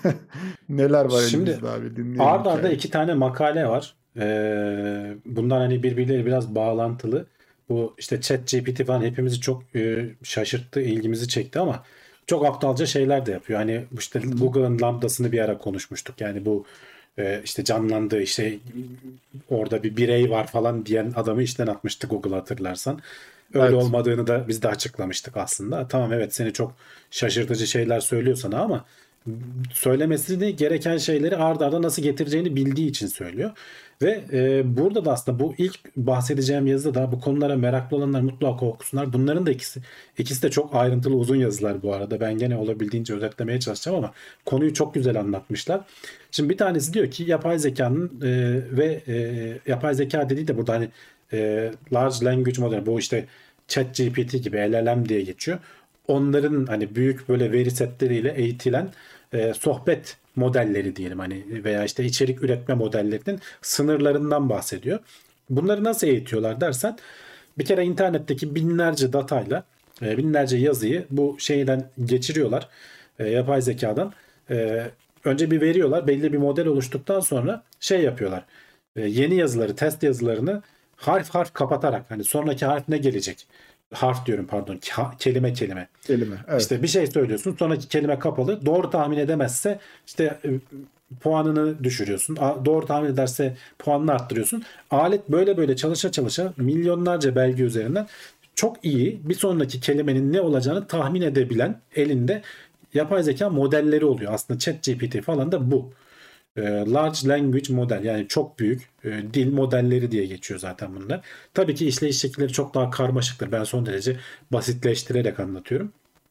Neler var Şimdi elimizde abi, dinleyelim ard arda hikayeyi. iki tane makale var. Ee, bunlar hani birbirleriyle biraz bağlantılı. Bu işte ChatGPT falan hepimizi çok e, şaşırttı, ilgimizi çekti ama çok aptalca şeyler de yapıyor. Hani işte Hı hı. Google'ın lambdasını bir ara konuşmuştuk. Yani bu e, işte canlandığı işte orada bir birey var falan diyen adamı işten atmıştı Google, hatırlarsan. Öyle Evet. olmadığını da biz de açıklamıştık aslında. Tamam, evet, seni çok şaşırtıcı şeyler söylüyor sana ama söylemesini gereken şeyleri ard arda nasıl getireceğini bildiği için söylüyor. Ve e, burada da aslında bu ilk bahsedeceğim yazıda da bu konulara meraklı olanlar mutlaka okusunlar. Bunların da ikisi ikisi de çok ayrıntılı uzun yazılar bu arada. Ben gene olabildiğince özetlemeye çalışacağım ama konuyu çok güzel anlatmışlar. Şimdi bir tanesi diyor ki yapay zekanın e, ve e, yapay zeka dediği de burada hani e, large language model, bu işte ChatGPT gibi L L M diye geçiyor. Onların hani büyük böyle veri setleriyle eğitilen e, sohbet modelleri diyelim hani veya işte içerik üretme modellerinin sınırlarından bahsediyor. Bunları nasıl eğitiyorlar dersen, bir kere internetteki binlerce datayla e, binlerce yazıyı bu şeyden geçiriyorlar, e, yapay zekadan. E, önce bir veriyorlar, belli bir model oluştuktan sonra şey yapıyorlar. E, yeni yazıları, test yazılarını harf harf kapatarak, hani sonraki harf ne gelecek? Harf diyorum, pardon, kelime kelime. Kelime. Evet. İşte bir şey söylüyorsun, sonraki kelime kapalı. Doğru tahmin edemezse işte e, puanını düşürüyorsun. A- Doğru tahmin ederse puanını arttırıyorsun. Alet böyle böyle çalışa çalışa milyonlarca belge üzerinden çok iyi bir sonraki kelimenin ne olacağını tahmin edebilen elinde yapay zeka modelleri oluyor. Aslında ChatGPT falan da bu. E, Large Language Model, yani çok büyük e, dil modelleri diye geçiyor zaten bunlar. Tabii ki işleyiş şekilleri çok daha karmaşıktır. Ben son derece basitleştirerek anlatıyorum.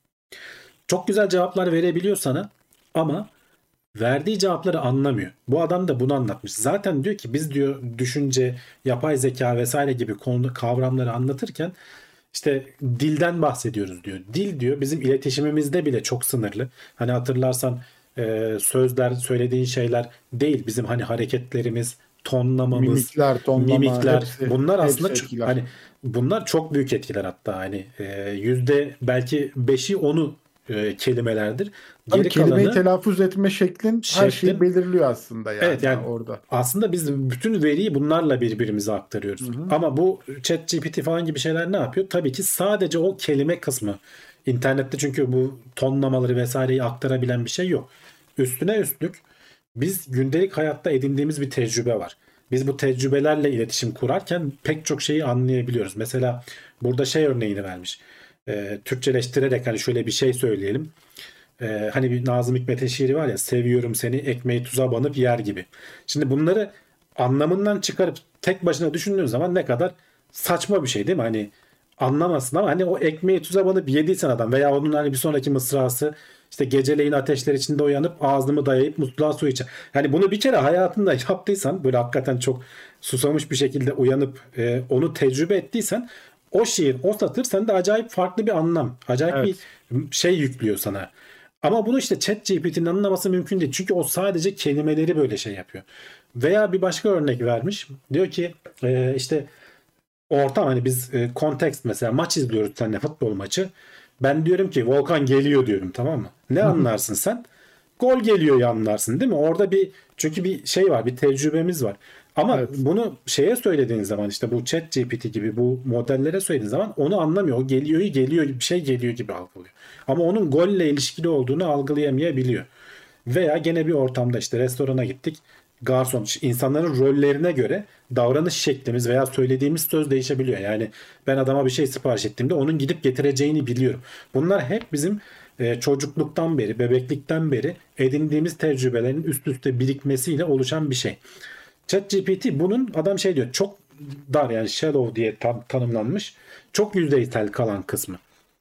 Çok güzel cevaplar verebiliyor sana ama verdiği cevapları anlamıyor. Bu adam da bunu anlatmış. Zaten diyor ki biz diyor düşünce, yapay zeka vesaire gibi konu kavramları anlatırken işte dilden bahsediyoruz diyor. Dil diyor bizim iletişimimizde bile çok sınırlı. Hani hatırlarsan e, sözler, söylediğin şeyler değil, bizim hani hareketlerimiz, tonlamamız, Mimikler, tonlama mimikler, hepsi bunlar hepsi aslında ç- etkiler. hani bunlar çok büyük etkiler, hatta hani e, yüzde belki beşi onu e, kelimelerdir. Tabii Geri kelimeyi kalanı telaffuz etme şeklin her şeyi şeklin. belirliyor aslında Evet, yani yani orada. aslında biz bütün veriyi bunlarla birbirimize Hı aktarıyoruz. hı. Ama bu ChatGPT falan gibi şeyler ne yapıyor? Tabii ki sadece o kelime kısmı. İnternette çünkü bu tonlamaları vesaireyi aktarabilen bir şey yok. Üstüne üstlük biz gündelik hayatta edindiğimiz bir tecrübe var. Biz bu tecrübelerle iletişim kurarken pek çok şeyi anlayabiliyoruz. Mesela burada şey örneğini vermiş. Ee, Türkçeleştirerek hani şöyle bir şey söyleyelim. Ee, hani bir Nazım Hikmet'in şiiri var ya, seviyorum seni ekmeği tuza banıp yer gibi. Şimdi bunları anlamından çıkarıp tek başına düşündüğün zaman ne kadar saçma bir şey değil mi? Hani anlamazsın ama hani o ekmeği tuza banıp yediysen adam veya onun hani bir sonraki mısrası işte geceleyin ateşler içinde uyanıp ağzımı dayayıp musluğa su içer. Yani bunu bir kere hayatında yaptıysan böyle hakikaten çok susamış bir şekilde uyanıp e, onu tecrübe ettiysen o şiir, o satır sende acayip farklı bir anlam, acayip bir Evet. şey yüklüyor sana. Ama bunu işte ChatGPT'nin anlaması mümkün değil. Çünkü o sadece kelimeleri böyle şey yapıyor. Veya bir başka örnek vermiş. Diyor ki e, işte ortam hani biz e, kontekst mesela maç izliyoruz seninle futbol maçı. Ben diyorum ki Volkan geliyor diyorum, tamam mı? Ne anlarsın sen? Gol geliyor ya anlarsın değil mi? Orada bir çünkü bir şey var, bir tecrübemiz var. Ama Evet. bunu şeye söylediğin zaman işte bu ChatGPT gibi bu modellere söylediğin zaman onu anlamıyor. O geliyor geliyor bir şey geliyor gibi algılıyor. Ama onun golle ilişkili olduğunu algılayamayabiliyor. Veya gene bir ortamda işte restorana gittik. Garson, insanların rollerine göre davranış şeklimiz veya söylediğimiz söz değişebiliyor. Yani ben adama bir şey sipariş ettiğimde onun gidip getireceğini biliyorum. Bunlar hep bizim e, çocukluktan beri, bebeklikten beri edindiğimiz tecrübelerin üst üste birikmesiyle oluşan bir şey. ChatGPT bunun adam şey diyor, çok dar yani shallow diye tam, tanımlanmış. Çok yüzeysel kalan kısmı.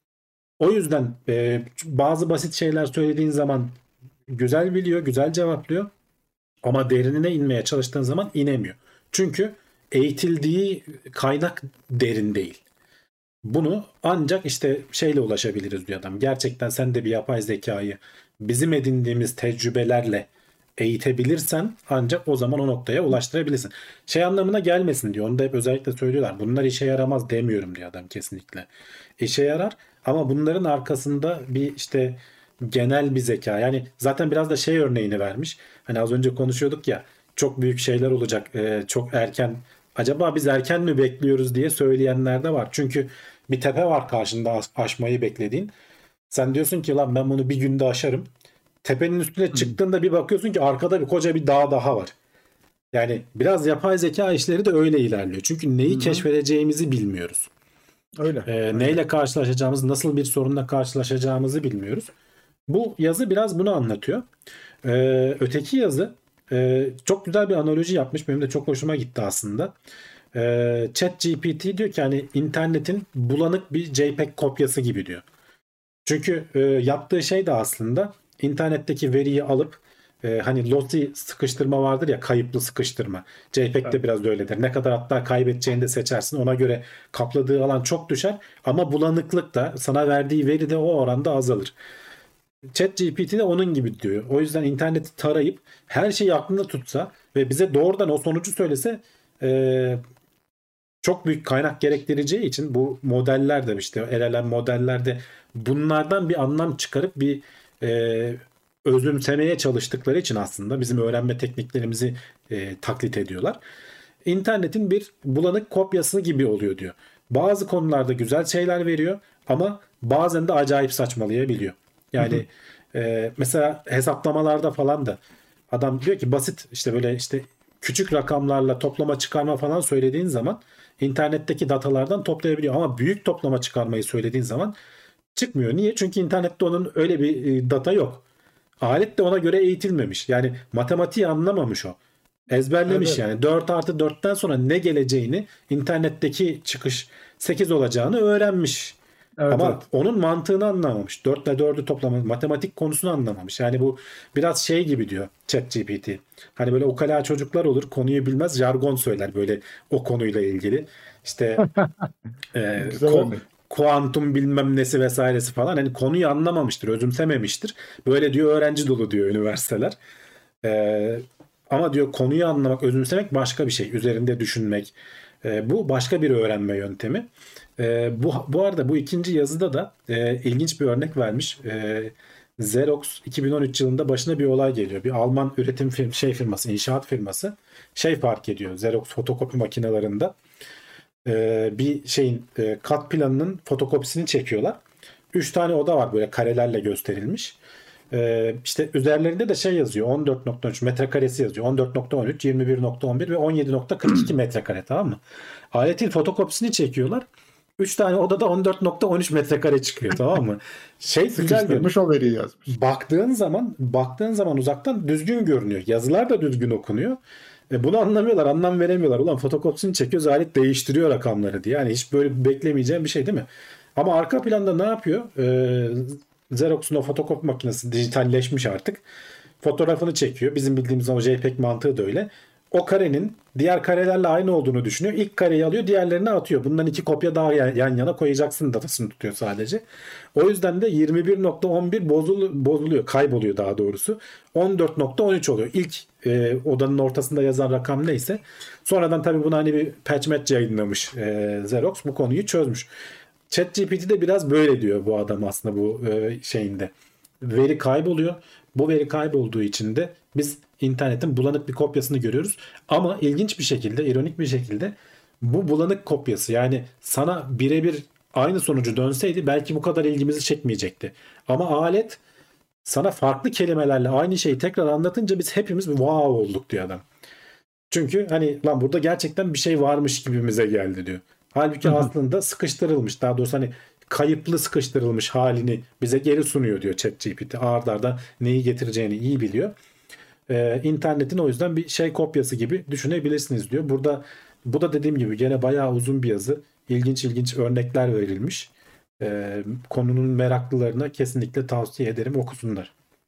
O yüzden e, bazı basit şeyler söylediğin zaman güzel biliyor, güzel cevaplıyor. Ama derinine inmeye çalıştığın zaman inemiyor. Çünkü eğitildiği kaynak derin değil. Bunu ancak işte şeyle ulaşabiliriz diyor adam. Gerçekten sen de bir yapay zekayı bizim edindiğimiz tecrübelerle eğitebilirsen ancak o zaman o noktaya ulaştırabilirsin. Şey anlamına gelmesin diyor. Onu da hep özellikle söylüyorlar. Bunlar işe yaramaz demiyorum diyor adam kesinlikle. İşe yarar ama bunların arkasında bir işte genel bir zeka. Yani zaten biraz da şey örneğini vermiş. Hani az önce konuşuyorduk ya, çok büyük şeyler olacak. e, çok erken. Acaba biz erken mi bekliyoruz diye söyleyenler de var. Çünkü bir tepe var karşında aşmayı beklediğin. Sen diyorsun ki lan ben bunu bir günde aşarım. Tepenin üstüne çıktığında bir bakıyorsun ki arkada bir koca bir dağ daha var. Yani biraz yapay zeka işleri de öyle ilerliyor. Çünkü neyi Hı hı. keşfedeceğimizi bilmiyoruz. Öyle. Ee, Öyle. neyle karşılaşacağımız, nasıl bir sorunla karşılaşacağımızı bilmiyoruz. Bu yazı biraz bunu anlatıyor. Ee, öteki yazı e, çok güzel bir analoji yapmış. Benim de çok hoşuma gitti aslında. Ee, ChatGPT diyor ki hani internetin bulanık bir JPEG kopyası gibi diyor. Çünkü e, yaptığı şey de aslında internetteki veriyi alıp e, hani lossy sıkıştırma vardır ya, kayıplı sıkıştırma. JPEG de Evet. biraz öyledir. Ne kadar hatta kaybedeceğini de seçersin. Ona göre kapladığı alan çok düşer ama bulanıklık da sana verdiği veri de o oranda azalır. ChatGPT de onun gibi diyor. O yüzden interneti tarayıp her şeyi aklında tutsa ve bize doğrudan o sonucu söylese e, çok büyük kaynak gerektireceği için bu modeller de işte L L M modellerde bunlardan bir anlam çıkarıp bir e, özümsemeye çalıştıkları için aslında bizim öğrenme tekniklerimizi e, taklit ediyorlar. İnternetin bir bulanık kopyası gibi oluyor diyor. Bazı konularda güzel şeyler veriyor ama bazen de acayip saçmalayabiliyor. Hı hı. Yani e, mesela hesaplamalarda falan da adam diyor ki basit işte böyle işte küçük rakamlarla toplama çıkarma falan söylediğin zaman internetteki datalardan toplayabiliyor ama büyük toplama çıkarmayı söylediğin zaman çıkmıyor. Niye? Çünkü internette onun öyle bir e, data yok. Alet de ona göre eğitilmemiş. Yani matematiği anlamamış o. Ezberlemiş Evet. yani. dört artı dörtten sonra ne geleceğini, internetteki çıkış sekiz olacağını öğrenmiş. Evet. Ama Evet. onun mantığını anlamamış. dört ile dördü toplama, matematik konusunu anlamamış. Yani bu biraz şey gibi diyor ChatGPT. Hani böyle ukala çocuklar olur, konuyu bilmez, jargon söyler böyle o konuyla ilgili. İşte e, Güzel ko- örnek. kuantum bilmem nesi vesairesi falan. Hani konuyu anlamamıştır, özümsememiştir. Böyle diyor öğrenci dolu diyor üniversiteler. E, Ama diyor konuyu anlamak, özümsemek başka bir şey. Üzerinde düşünmek. E, bu başka bir öğrenme yöntemi. E, bu, bu arada bu ikinci yazıda da e, ilginç bir örnek vermiş. E, Xerox iki bin on üç yılında başına bir olay geliyor. Bir Alman üretim firm, şey firması, inşaat firması şey fark ediyor. Xerox fotokopi makinelerinde e, bir şeyin e, kat planının fotokopisini çekiyorlar. Üç tane oda var böyle karelerle gösterilmiş. E, işte üzerlerinde de şey yazıyor, on dört nokta üç metrekaresi yazıyor. on dört nokta on üç, yirmi bir nokta on bir ve on yedi nokta kırk iki metrekare, tamam mı? Aletin fotokopisini çekiyorlar. üç tane odada on dört nokta on üç metrekare çıkıyor, tamam mı? Şey güzel görünüyor. Sıkıştırmış o veriyi yazmış. Baktığın zaman baktığın zaman uzaktan düzgün görünüyor. Yazılar da düzgün okunuyor. E bunu anlamıyorlar, anlam veremiyorlar. Ulan fotokopisini çekiyoruz, alet değiştiriyor rakamları diye. Yani hiç böyle beklemeyeceğim bir şey değil mi? Ama arka planda ne yapıyor? Ee, Xerox'un o fotokopi makinesi dijitalleşmiş artık. Fotoğrafını çekiyor. Bizim bildiğimiz o JPEG mantığı da öyle. O karenin diğer karelerle aynı olduğunu düşünüyor. İlk kareyi alıyor, diğerlerini atıyor. Bundan iki kopya daha yan yana koyacaksın datasını tutuyor sadece. O yüzden de yirmi bir nokta on bir bozul, bozuluyor, kayboluyor daha doğrusu. on dört nokta on üç oluyor. İlk e, odanın ortasında yazan rakam neyse. Sonradan tabii buna hani bir patch match yayınlamış e, Xerox, bu konuyu çözmüş. ChatGPT de biraz böyle diyor bu adam aslında bu e, şeyinde. Veri kayboluyor. Bu veri kaybolduğu için de biz internetin bulanık bir kopyasını görüyoruz. Ama ilginç bir şekilde, ironik bir şekilde bu bulanık kopyası, yani sana birebir aynı sonucu dönseydi belki bu kadar ilgimizi çekmeyecekti. Ama alet sana farklı kelimelerle aynı şeyi tekrar anlatınca biz hepimiz bir wow olduk diyor adam. Çünkü hani lan burada gerçekten bir şey varmış gibimize geldi diyor. Halbuki aslında sıkıştırılmış, daha doğrusu hani kayıplı sıkıştırılmış halini bize geri sunuyor diyor ChatGPT. Ard arda neyi getireceğini iyi biliyor. Ee, internetin o yüzden bir şey kopyası gibi düşünebilirsiniz diyor. Burada bu da dediğim gibi gene bayağı uzun bir yazı. İlginç ilginç örnekler verilmiş. Ee, konunun meraklılarına kesinlikle tavsiye ederim, okusunlar.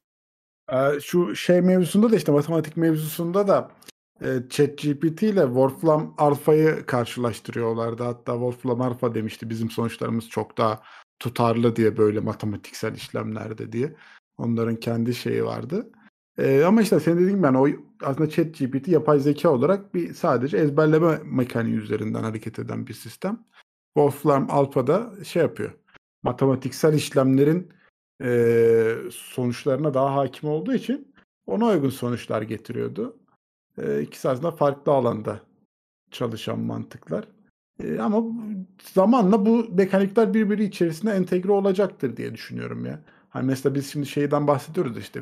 Ee, şu şey mevzusunda da işte matematik mevzusunda da e, ChatGPT ile Wolfram Alpha'yı karşılaştırıyorlardı. Hatta Wolfram Alpha demişti bizim sonuçlarımız çok daha tutarlı diye böyle matematiksel işlemlerde diye. Onların kendi şeyi vardı. Ee, ama işte senin dediğin gibi yani o aslında ChatGPT yapay zeka olarak bir sadece ezberleme mekaniği üzerinden hareket eden bir sistem. Wolfram Alpha'da şey yapıyor. Matematiksel işlemlerin e, sonuçlarına daha hakim olduğu için ona uygun sonuçlar getiriyordu. E, ikisi aslında farklı alanda çalışan mantıklar. E, ama zamanla bu mekanikler birbiri içerisinde entegre olacaktır diye düşünüyorum ya. Hani mesela biz şimdi şeyden bahsediyoruz işte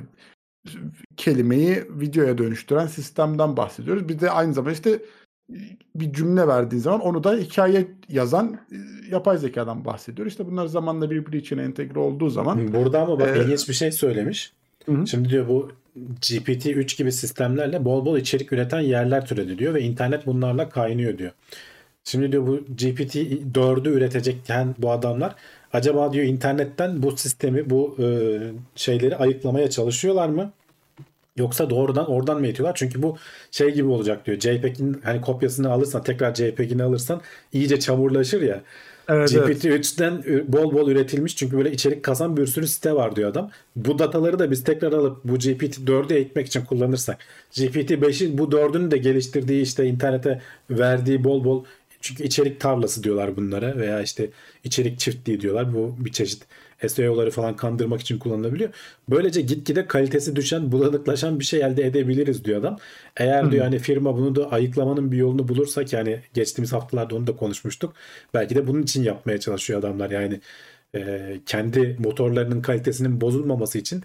kelimeyi videoya dönüştüren sistemden bahsediyoruz. Bir de aynı zamanda işte bir cümle verdiğin zaman onu da hikaye yazan yapay zekadan bahsediyor. İşte bunlar zamanla birbiri içine entegre olduğu zaman. Burada ama bak e, ilginç bir şey söylemiş. Hı. Şimdi diyor bu G P T üç gibi sistemlerle bol bol içerik üreten yerler türedi diyor ve internet bunlarla kaynıyor diyor. Şimdi diyor bu G P T dördü üretecekken bu adamlar acaba diyor internetten bu sistemi, bu e, şeyleri ayıklamaya çalışıyorlar mı? Yoksa doğrudan oradan mı itiyorlar? Çünkü bu şey gibi olacak diyor. JPEG'in hani kopyasını alırsan, tekrar JPEG'ini alırsan iyice çamurlaşır ya. Evet, evet. G P T üçten bol bol üretilmiş çünkü böyle içerik kasan bir sürü site var diyor adam. Bu dataları da biz tekrar alıp bu G P T dördü eğitmek için kullanırsak, G P T beşin bu dördünü de geliştirdiği, işte internete verdiği bol bol, çünkü içerik tarlası diyorlar bunlara veya işte içerik çiftliği diyorlar. Bu bir çeşit S E O'ları falan kandırmak için kullanılabiliyor. Böylece gitgide kalitesi düşen, bulanıklaşan bir şey elde edebiliriz diyor adam. Eğer diyor hani firma bunu da ayıklamanın bir yolunu bulursak, yani geçtiğimiz haftalarda onu da konuşmuştuk. Belki de bunun için yapmaya çalışıyor adamlar. Yani e, kendi motorlarının kalitesinin bozulmaması için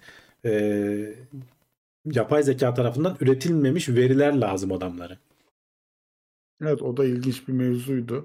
e, yapay zeka tarafından üretilmemiş veriler lazım adamlara. Evet, o da ilginç bir mevzuydu.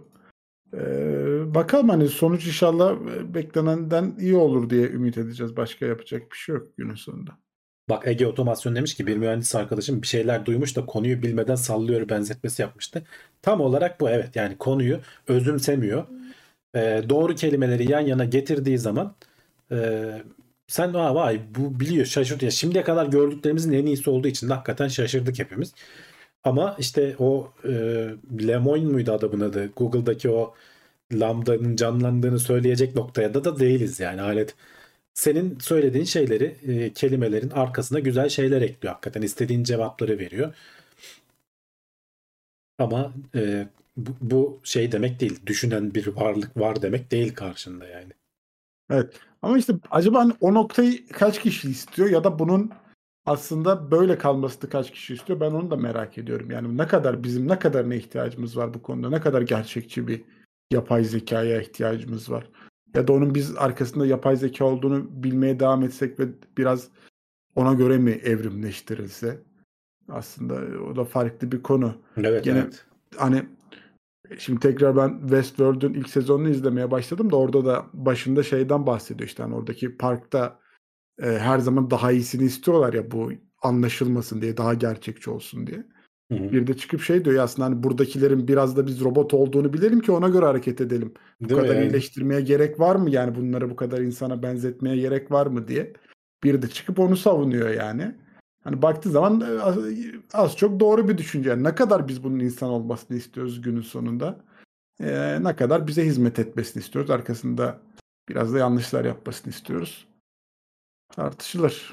Ee, bakalım hani sonuç inşallah beklenenden iyi olur diye ümit edeceğiz. Başka yapacak bir şey yok günün sonunda. Bak Ege Otomasyon demiş ki bir mühendis arkadaşım bir şeyler duymuş da konuyu bilmeden sallıyor benzetmesi yapmıştı. Tam olarak bu, evet, yani konuyu özümsemiyor. Ee, doğru kelimeleri yan yana getirdiği zaman e, sen Aa, vay bu biliyor, şaşırtıyor. Şimdiye kadar gördüklerimizin en iyisi olduğu için de hakikaten şaşırdık hepimiz. Ama işte o e, Lemoyne muydu adamın adı? Google'daki o Lambda'nın canlandığını söyleyecek noktaya da da değiliz yani. Alet senin söylediğin şeyleri, e, kelimelerin arkasına güzel şeyler ekliyor. Hakikaten istediğin cevapları veriyor. Ama e, bu, bu şey demek değil. Düşünen bir varlık var demek değil karşında yani. Evet. Ama işte acaba hani o noktayı kaç kişi istiyor ya da bunun aslında böyle kalmasını kaç kişi istiyor? Ben onu da merak ediyorum. Yani ne kadar bizim ne kadar ne ihtiyacımız var bu konuda? Ne kadar gerçekçi bir yapay zekaya ihtiyacımız var? Ya da onun biz arkasında yapay zeka olduğunu bilmeye devam etsek ve biraz ona göre mi evrimleştirilse? Aslında o da farklı bir konu. Evet, Gene evet. hani Şimdi tekrar ben Westworld'un ilk sezonunu izlemeye başladım da orada da başında şeyden bahsediyor işte hani oradaki parkta e, her zaman daha iyisini istiyorlar ya bu anlaşılmasın diye daha gerçekçi olsun diye. Hı hı. Bir de çıkıp şey diyor ya aslında hani buradakilerin biraz da biz robot olduğunu bilelim ki ona göre hareket edelim. Bu Değil mi kadar yani? iyileştirmeye gerek var mı yani bunları bu kadar insana benzetmeye gerek var mı diye. Bir de çıkıp onu savunuyor yani. Hani baktığı zaman e, az, az çok doğru bir düşünce. Yani ne kadar biz bunun insan olmasını istiyoruz günün sonunda. E, ne kadar bize hizmet etmesini istiyoruz. Arkasında biraz da yanlışlar yapmasını istiyoruz. Tartışılır.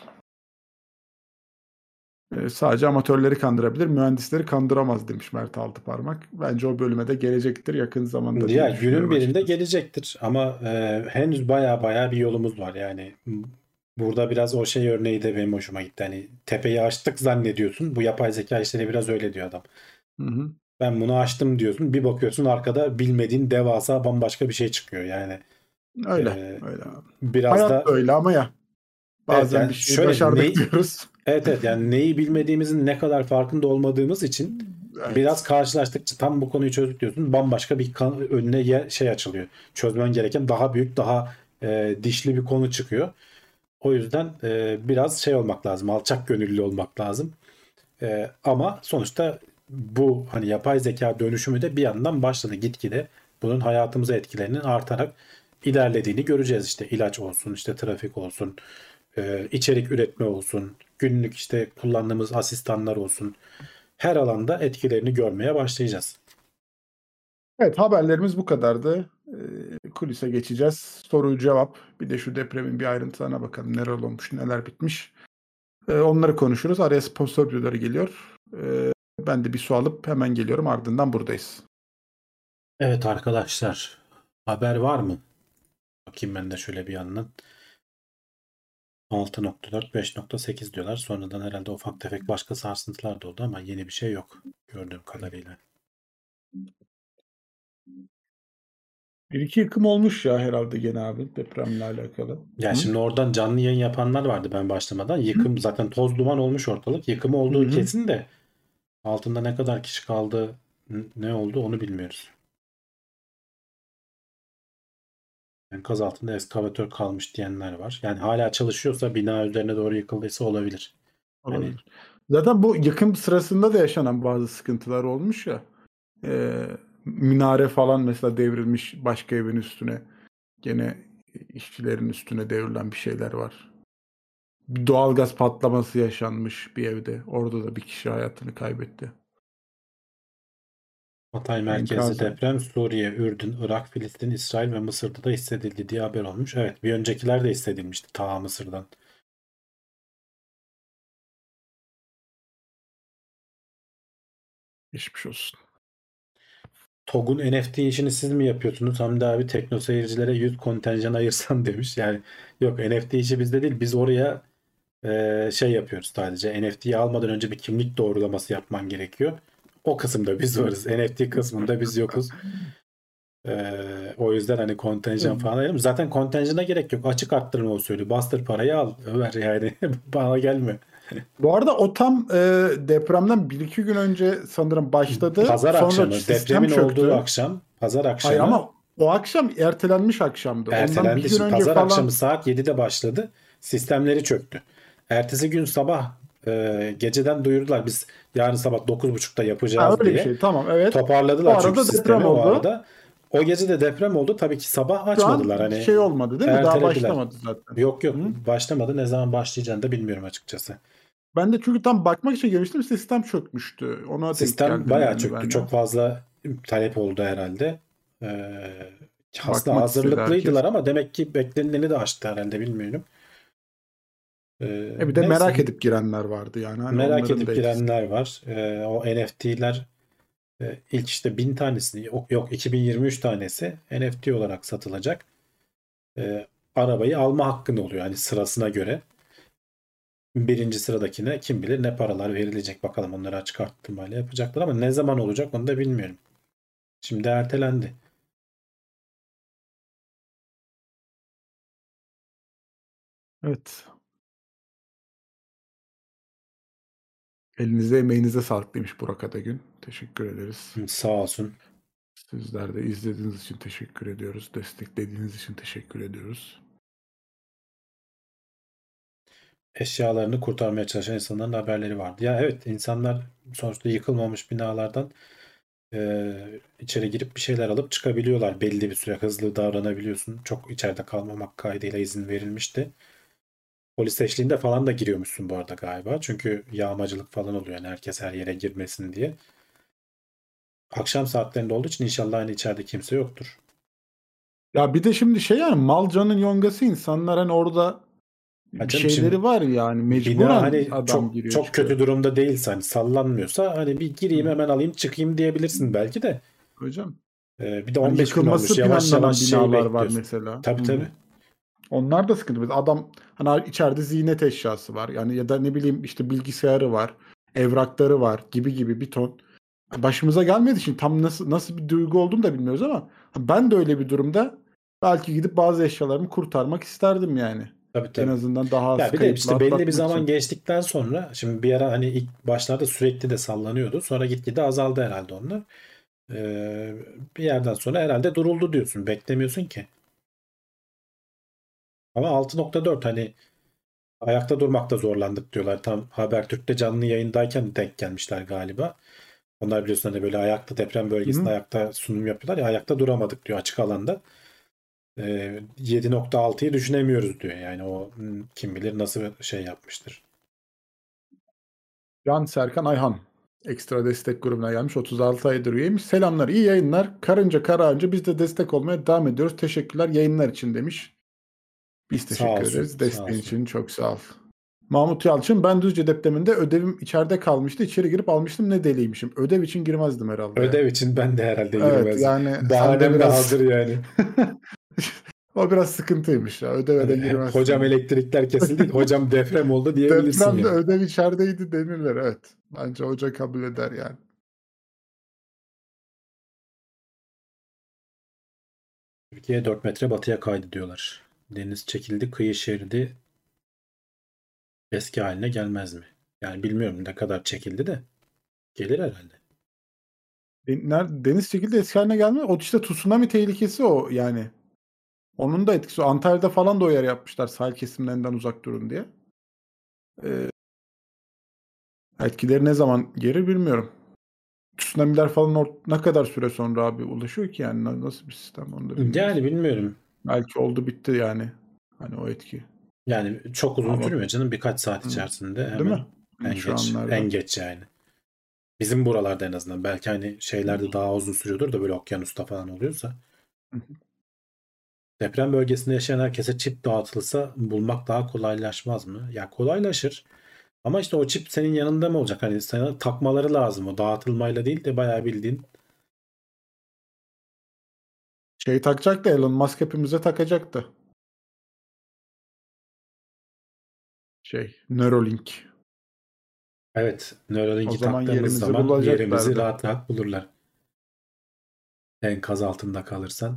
E, sadece amatörleri kandırabilir, mühendisleri kandıramaz demiş Mert Altıparmak. Bence o bölüme de gelecektir yakın zamanda Ya diye günün düşünüyorum birinde açıkçası. gelecektir ama e, henüz baya baya bir yolumuz var yani. M- Burada biraz o şey örneği de benim hoşuma gitti. Hani tepeyi açtık zannediyorsun. Bu yapay zeka işleri biraz öyle diyor adam. Hı hı. Ben bunu açtım diyorsun. Bir bakıyorsun arkada bilmediğin devasa bambaşka bir şey çıkıyor. Yani Öyle, e, öyle abi. biraz Hayat da da öyle ama ya evet bazen bir yani şeyi şöyle başardık ne diyoruz. evet evet yani neyi bilmediğimizin ne kadar farkında olmadığımız için biraz Evet. karşılaştıkça tam bu konuyu çözdük diyorsun. Bambaşka bir kan- önüne yer, şey açılıyor. Çözmen gereken daha büyük, daha e, dişli bir konu çıkıyor. O yüzden e, biraz şey olmak lazım. Alçak gönüllü olmak lazım. E, ama sonuçta bu hani yapay zeka dönüşümü de bir yandan başladı gitgide. Bunun hayatımıza etkilerinin artarak ilerlediğini göreceğiz işte. İlaç olsun, işte trafik olsun, e, içerik üretme olsun, günlük işte kullandığımız asistanlar olsun. Her alanda etkilerini görmeye başlayacağız. Evet haberlerimiz bu kadardı. Ee, kulise geçeceğiz. Soru cevap. Bir de şu depremin bir ayrıntılarına bakalım. Neler olmuş, neler bitmiş. Ee, onları konuşuruz. Araya sponsor videoları geliyor. Ee, ben de bir su alıp hemen geliyorum. Ardından buradayız. Evet arkadaşlar, haber var mı? Bakayım ben de şöyle bir yandan. altı nokta dört, beş nokta sekiz diyorlar. Sonradan herhalde ufak tefek başka sarsıntılar da oldu ama yeni bir şey yok gördüğüm kadarıyla. Bir iki yıkım olmuş ya herhalde gene abi depremle alakalı. Ya Hı? şimdi oradan canlı yayın yapanlar vardı ben başlamadan. Yıkım zaten toz duman olmuş ortalık. Yıkımı Hı olduğu hı. kesin de altında ne kadar kişi kaldı, n- ne oldu onu bilmiyoruz. Enkaz altında eskavatör kalmış diyenler var. Yani hala çalışıyorsa bina üzerine doğru yıkıldıysa olabilir. Hani Olabilir. Zaten bu yıkım sırasında da yaşanan bazı sıkıntılar olmuş ya. Ee, minare falan mesela devrilmiş başka evin üstüne. Gene işçilerin üstüne devrilen bir şeyler var. Bir doğalgaz patlaması yaşanmış bir evde. Orada da bir kişi hayatını kaybetti. Hatay merkezli Enkaz. deprem Suriye, Ürdün, Irak, Filistin, İsrail ve Mısır'da da hissedildi diye haber olmuş. Evet, bir öncekiler de hissedilmişti ta Mısır'dan. Geçmiş olsun. TOG'un N F T işini siz mi yapıyorsunuz? Hamdi abi tekno seyircilere yüz kontenjan ayırsan demiş. Yani yok N F T işi bizde değil. Biz oraya e, şey yapıyoruz sadece. N F T'yi almadan önce bir kimlik doğrulaması yapman gerekiyor. O kısımda biz varız. N F T kısmında biz yokuz. Ee, o yüzden hani kontenjan falan ayırım. Zaten kontenjana gerek yok. Açık arttırma usulü. Bastır parayı al. Ömer yani. Bana gelme. Bu arada o tam e, depremden bir iki gün önce sanırım başladı. Pazar Sonra akşamı sistem depremin olduğu çöktü. akşam pazar Hayır akşamı ama o akşam ertelenmiş akşamdı. Ondan bir ertelendi. gün Şimdi önce pazar akşamı falan. saat yedide başladı. Sistemleri çöktü. Ertesi gün sabah e, geceden duyurdular. Biz yarın sabah dokuz buçukta Ha, yapacağız öyle bir diye. şey. Tamam evet. O Toparladılar çünkü arada sistemi deprem o oldu. arada. O gece de deprem oldu. Tabii ki sabah Şu açmadılar. an Hani şey olmadı değil mi? Daha ertelediler. başlamadı zaten. Yok yok Hı? başlamadı. Ne zaman başlayacağını da bilmiyorum açıkçası. Ben de çünkü tam bakmak için gelmiştim. Sistem çökmüştü. Ona denk Sistem geldim bayağı yani çöktü. ben de. Çok fazla talep oldu herhalde. Ee, aslında Bakmak istedi herkes. hazırlıklıydılar ama demek ki beklenileni de aştı herhalde bilmiyorum. Ee, E bir de neyse merak edip girenler vardı yani. Hani merak onların edip da etkisi. girenler var. Ee, o N F T'ler e, ilk işte bin tanesini yok, yok iki bin yirmi üç tanesi N F T olarak satılacak. Ee, arabayı alma hakkın oluyor hani sırasına göre. Birinci sıradakine kim bilir ne paralar verilecek bakalım onları açık arttırmayla yapacaklar ama ne zaman olacak onu da bilmiyorum. Şimdi ertelendi. Evet. Elinize emeğinize sağlık demiş Burak Atagün. Teşekkür ederiz. Sağ olsun. Sizler de izlediğiniz için teşekkür ediyoruz. Desteklediğiniz için teşekkür ediyoruz. Eşyalarını kurtarmaya çalışan insanların haberleri vardı. Ya evet, insanlar sonuçta yıkılmamış binalardan e, içeri girip bir şeyler alıp çıkabiliyorlar. Belli bir süre hızlı davranabiliyorsun. Çok içeride kalmamak kaydıyla izin verilmişti. Polis eşliğinde falan da giriyormuşsun bu arada galiba. Çünkü yağmacılık falan oluyor. Yani herkes her yere girmesin diye. Akşam saatlerinde olduğu için inşallah hani içeride kimse yoktur. Ya bir de şimdi şey yani malcanın yongası insanlar hani orada Ha bir canım, şeyleri şimdi var yani bina mecburen hani adam çok giriyor çok çıkıyor. kötü durumda değilse, hani sallanmıyorsa, hani bir gireyim Hı. hemen alayım çıkayım diyebilirsin belki de. Hocam. Ee, bir de Hani on beş gün olmuş. yıkılması Yavaş yavaş planlanan şey binalar var bekliyorsun. mesela. Tabii Hı hı. tabii. Onlar da sıkıntı. Mesela adam hani içeride ziynet eşyası var. Yani ya da ne bileyim işte bilgisayarı var, evrakları var gibi gibi bir ton. Başımıza gelmediği için tam nasıl nasıl bir duygu olduğunu da bilmiyoruz ama ben de öyle bir durumda belki gidip bazı eşyalarımı kurtarmak isterdim yani. Tabii En tabii. azından daha az Ya bir de kayıpla işte belli bir atlatmak zaman için. geçtikten sonra, şimdi bir ara hani ilk başlarda sürekli de sallanıyordu. Sonra gitgide azaldı herhalde onlar. Ee, bir yerden sonra herhalde duruldu diyorsun. Beklemiyorsun ki. Ama altı nokta dört, hani ayakta durmakta zorlandık diyorlar. Tam Habertürk'te canlı yayındayken denk gelmişler galiba. Onlar biliyorsun hani böyle ayakta, deprem Hı bölgesinde hı. ayakta sunum yapıyorlar ya, ayakta duramadık diyor açık alanda. Ee, yedi nokta altıyı düşünemiyoruz diyor. Yani o hmm, kim bilir nasıl bir şey yapmıştır. Can Serkan Ayhan. Ekstra destek grubuna gelmiş. otuz altı aydır üyeymiş. Selamlar, iyi yayınlar. Karınca kararınca biz de destek olmaya devam ediyoruz. Teşekkürler yayınlar için demiş. Biz Sağ teşekkür olsun, ederiz. sağ Desteğin olsun. için çok sağ ol. Mahmut Yalçın, ben Düzce depreminde ödevim içeride kalmıştı. İçeri girip almıştım. Ne deliymişim. Ödev için girmezdim herhalde ya. Ödev için ben de herhalde Evet girmezdim. yani sen de Bahanem de biraz hazır yani. o biraz sıkıntıymış ya. Ödeve Hani de he- girmezsin hocam ya. elektrikler kesildi, hocam deprem oldu diyebilirsin Depremde yani. ödev içerideydi denirler, evet. Bence hoca kabul eder yani. Türkiye dört metre batıya kaydı diyorlar. Deniz çekildi, kıyı şeridi eski haline gelmez mi? Yani bilmiyorum ne kadar çekildi de gelir herhalde. Den- ner- Deniz çekildi eski haline gelmiyor. O işte tsunami tehlikesi o yani. Onun da etkisi. Antalya'da falan da o yer yapmışlar sahil kesimlerinden uzak durun diye. Ee, Etkileri ne zaman gelir bilmiyorum. Tsunami'ler falan or- ne kadar süre sonra abi ulaşıyor ki yani Na- nasıl bir sistem onu da Yani bilmiyoruz. bilmiyorum. Belki oldu bitti yani. Hani o etki. Yani çok uzun Ama sürmüyor canım, birkaç saat hı, içerisinde değil mi? hemen, Hani en şu geç en anlarda. geç yani. Bizim buralarda en azından, belki hani Hı, şeylerde daha uzun sürüyordur da, böyle okyanusta falan oluyorsa. hı. Deprem bölgesinde yaşayan herkese çip dağıtılsa bulmak daha kolaylaşmaz mı? Ya kolaylaşır. Ama işte o çip senin yanında mı olacak? Hani sana takmaları lazım. O dağıtılmayla değil de bayağı bildiğin. Şey takacaktı, Elon Musk hepimize takacaktı. Şey Neuralink. Evet, O Neuralink'i zaman taktığımız yerimizi zaman yerimizi bulacaklardı. rahat rahat bulurlar. Enkaz altında kalırsan.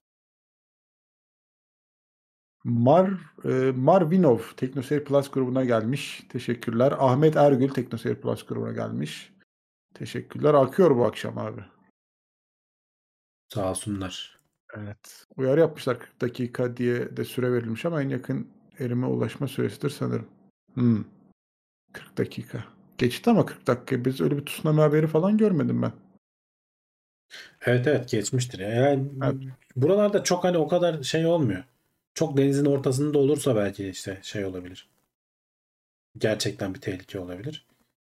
Mar e, Marvinov Teknoseyir Plus grubuna gelmiş. Teşekkürler. Ahmet Ergül Teknoseyir Plus grubuna gelmiş. Teşekkürler. Akıyor bu akşam abi. Sağ olsunlar. Evet. Uyarı yapmışlar kırk dakika diye de süre verilmiş ama en yakın erime ulaşma süresidir sanırım. Hmm, kırk dakika. Geçti ama kırk dakika. Biz öyle bir tsunami haberi falan görmedim ben. Evet evet, geçmiştir. ya. Yani Evet. buralarda çok hani o kadar şey olmuyor. Çok denizin ortasında olursa belki işte şey olabilir. Gerçekten bir tehlike olabilir.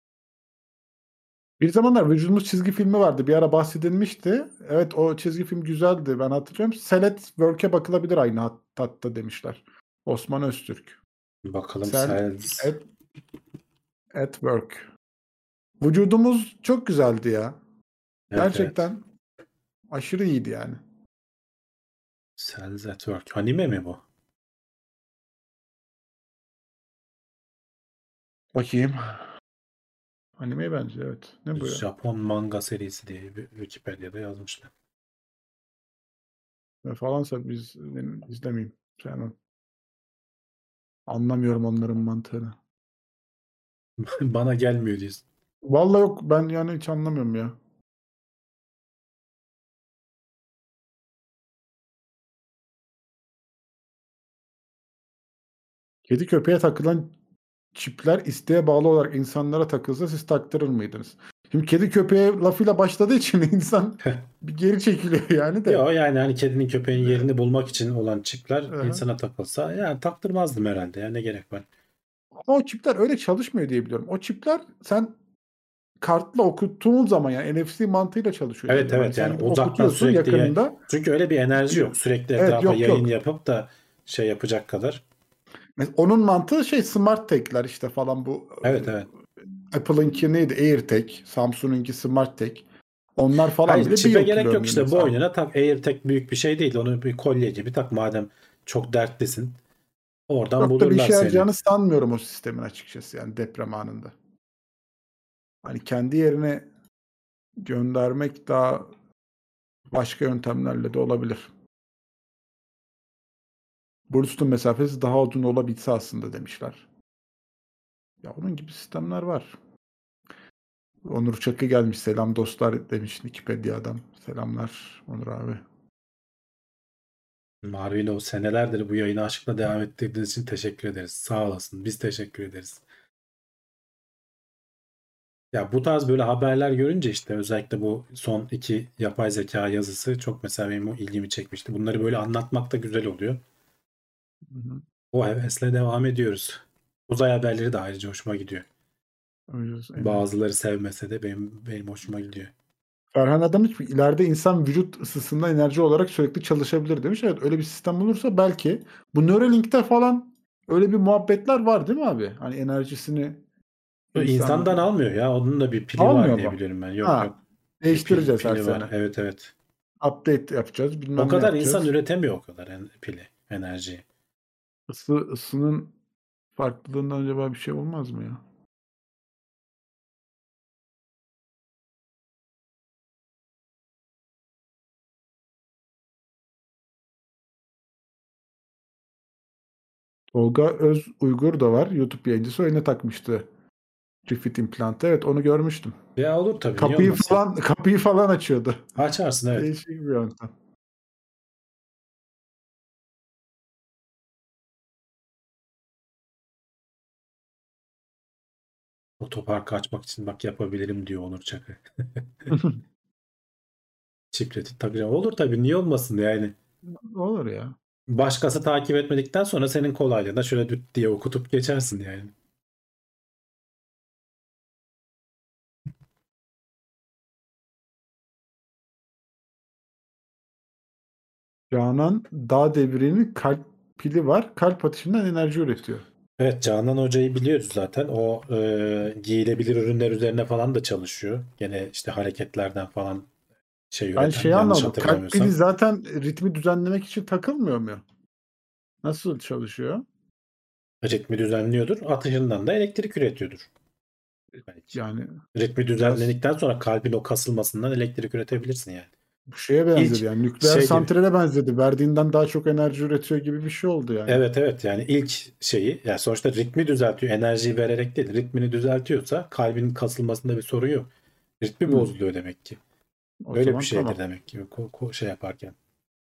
Bir zamanlar Vücudumuz çizgi filmi vardı. Bir ara bahsedilmişti. Evet o çizgi film güzeldi. Ben hatırlıyorum. Selet Work'e bakılabilir aynı hat- hatta demişler. Osman Öztürk. Bakalım Sel Sels. at, at Work. Vücudumuz çok güzeldi ya. Evet evet. Gerçekten aşırı iyiydi yani. Cells at Work. Anime mi bu? Bakayım. Anime bence evet. Ne bu ya? Japon manga serisi diye bir Wikipedia'da yazmışlar. Ve falansa biz benim izlemeyeyim. Sevmem. Anlamıyorum onların mantığını. Bana gelmiyor diyorsun. Vallahi yok ben yani hiç anlamıyorum ya. Kedi köpeğe takılan çipler isteğe bağlı olarak insanlara takılsa siz taktırır mıydınız? Şimdi kedi köpeğe lafıyla başladığı için insan bir geri çekiliyor yani de. Yo yani hani kedinin köpeğin yerini bulmak için olan çipler Hı hı. insana takılsa yani taktırmazdım herhalde. Ya ne gerek var? Ama o çipler öyle çalışmıyor diye biliyorum. O çipler sen kartla okuttuğun zaman yani N F C mantığıyla çalışıyor diye Evet biliyorum. evet Hani sen yani gidip uzaktan okutuyorsun sürekli ya- yakınında. çünkü öyle bir enerji gidiyor. yok. Sürekli Evet, etrafa yok, yayın yok. yapıp da şey yapacak kadar. Mes- Onun mantığı şey smart tag'ler işte falan bu. Evet evet. e, Apple'ınki neydi? AirTag, Samsung'unki Smart Tag. Onlar falan Hayır bile bir çipe yıl gerek kilo yok işte ömrüne bu sahip. boynuna tak. AirTag büyük bir şey değil. Onu bir kolye gibi tak madem çok dertlisin. Oradan Çok da bir bulurlar işe seni. yarayacağını sanmıyorum o sistemin açıkçası yani deprem anında. Hani kendi yerine göndermek daha başka yöntemlerle de olabilir. Bluetooth'un mesafesi daha uzun olabilse aslında demişler. Ya onun gibi sistemler var. Onur Çakı gelmiş. Selam dostlar demiş Wikipedia'dan. Selamlar Onur abi. Marvin o senelerdir bu yayını aşkla devam ettirdiğiniz için teşekkür ederiz. Sağ olasın. Biz teşekkür ederiz. Ya bu tarz böyle haberler görünce işte özellikle bu son iki yapay zeka yazısı çok mesela benim o ilgimi çekmişti. Bunları böyle anlatmak da güzel oluyor. Hı hı. O hevesle devam ediyoruz. Uzay haberleri de ayrıca hoşuma gidiyor. O yüzden, evet. Bazıları sevmese de benim benim hoşuma gidiyor. Ferhan Adamış ileride insan vücut ısısında enerji olarak sürekli çalışabilir demiş. Evet öyle bir sistem olursa belki. Bu Neuralink'te falan öyle bir muhabbetler var değil mi abi? Hani enerjisini insan İnsandan almıyor ya. Onun da bir pili var almıyor diye mu? biliyorum ben. Yok yok. Ha, Bir pil, değiştireceğiz her pili var. sene. Evet evet. Update yapacağız, O bilmem ne kadar insan yapacağız. üretemiyor o kadar en- pili, enerjiyi. Isı, ısının farklılığından acaba bir şey olmaz mı ya? Tolga Öz Uygur da var. YouTube yayıncısı. O yine takmıştı. Refit implantı. Evet onu görmüştüm. Ya olur tabii. Niye Kapıyı olmasın? falan kapıyı falan açıyordu. Açarsın evet. Değişik bir yöntem. Otoparkı açmak için bak yapabilirim diyor Onur Çakı. Çipleti takacağım. Olur tabii. Niye olmasın yani. Olur ya. Başkası takip etmedikten sonra senin kolaylığına şöyle düt diye okutup geçersin yani. Canan Dağ Devri'nin kalp pili var. Kalp atışından enerji üretiyor. Evet Canan Hoca'yı biliyoruz zaten. O e, giyilebilir ürünler üzerine falan da çalışıyor. Gene işte hareketlerden falan şey Ben üreten şeyi yanlış anlamadım. Kalp pili hatırlamıyorsam. zaten ritmi düzenlemek için takılmıyor mu? Nasıl çalışıyor? Ritmi düzenliyordur. Atışından da elektrik üretiyordur. Belki. Yani Ritmi biraz düzenlendikten sonra kalbin o kasılmasından elektrik üretebilirsin yani. bu şeye benzedi İlk yani nükleer şey gibi. santrale benzedi. Verdiğinden daha çok enerji üretiyor gibi bir şey oldu yani. Evet evet yani ilk şeyi yani sonuçta ritmi düzeltiyor. Enerjiyi vererek değil. Ritmini düzeltiyorsa kalbin kasılmasında bir sorun yok. Ritmi Hmm, bozuluyor demek ki. o Öyle bir zaman şeydir tamam. demek ki ko- ko- şey yaparken.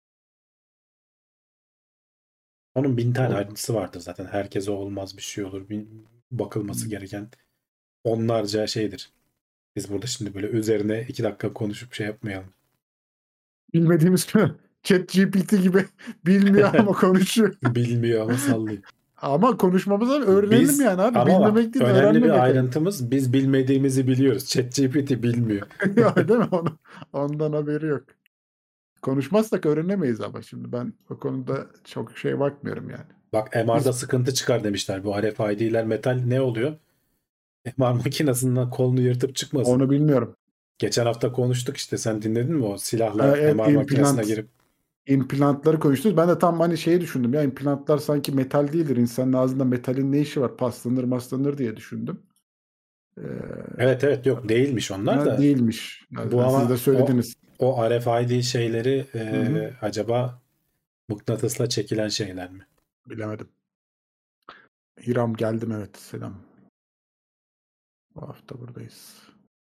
Onun bin tane O, ayrıntısı vardır zaten. Herkese olmaz bir şey olur. Bin, bakılması hmm. gereken onlarca şeydir. Biz burada şimdi böyle üzerine iki dakika konuşup şey yapmayalım. Bilmediğimiz ChatGPT gibi bilmiyor ama konuşuyor. Bilmiyor ama sallıyor. Ama konuşmamızdan öğrenelim Biz yani abi. ama bak Bilmemek değil, önemli bir öğrenmemek önemli. ayrıntımız biz bilmediğimizi biliyoruz. ChatGPT bilmiyor. Ya, değil mi? Onu, ondan haberi yok. Konuşmazsak öğrenemeyiz ama şimdi ben o konuda çok şey bakmıyorum yani. Bak M R'da Biz sıkıntı çıkar demişler. Bu R F I D'ler metal ne oluyor? M R makinesinden kolunu yırtıp çıkmasın. onu bilmiyorum. Geçen hafta konuştuk işte sen dinledin mi o Ee, silahla evet, M R makinesine implant girip implantları konuştuk. Ben de tam hani şeyi düşündüm. Ya implantlar sanki metal değildir. İnsanın ağzında metalin ne işi var? Paslanır maslanır diye düşündüm. Ee, evet evet yok değilmiş onlar ama da değilmiş. bu Yani siz de ama o söylediniz. o R F I D şeyleri Hı hı. e, acaba mıknatısla çekilen şeyler mi? Bilemedim. Hiram geldim, evet, selam. Bu hafta buradayız.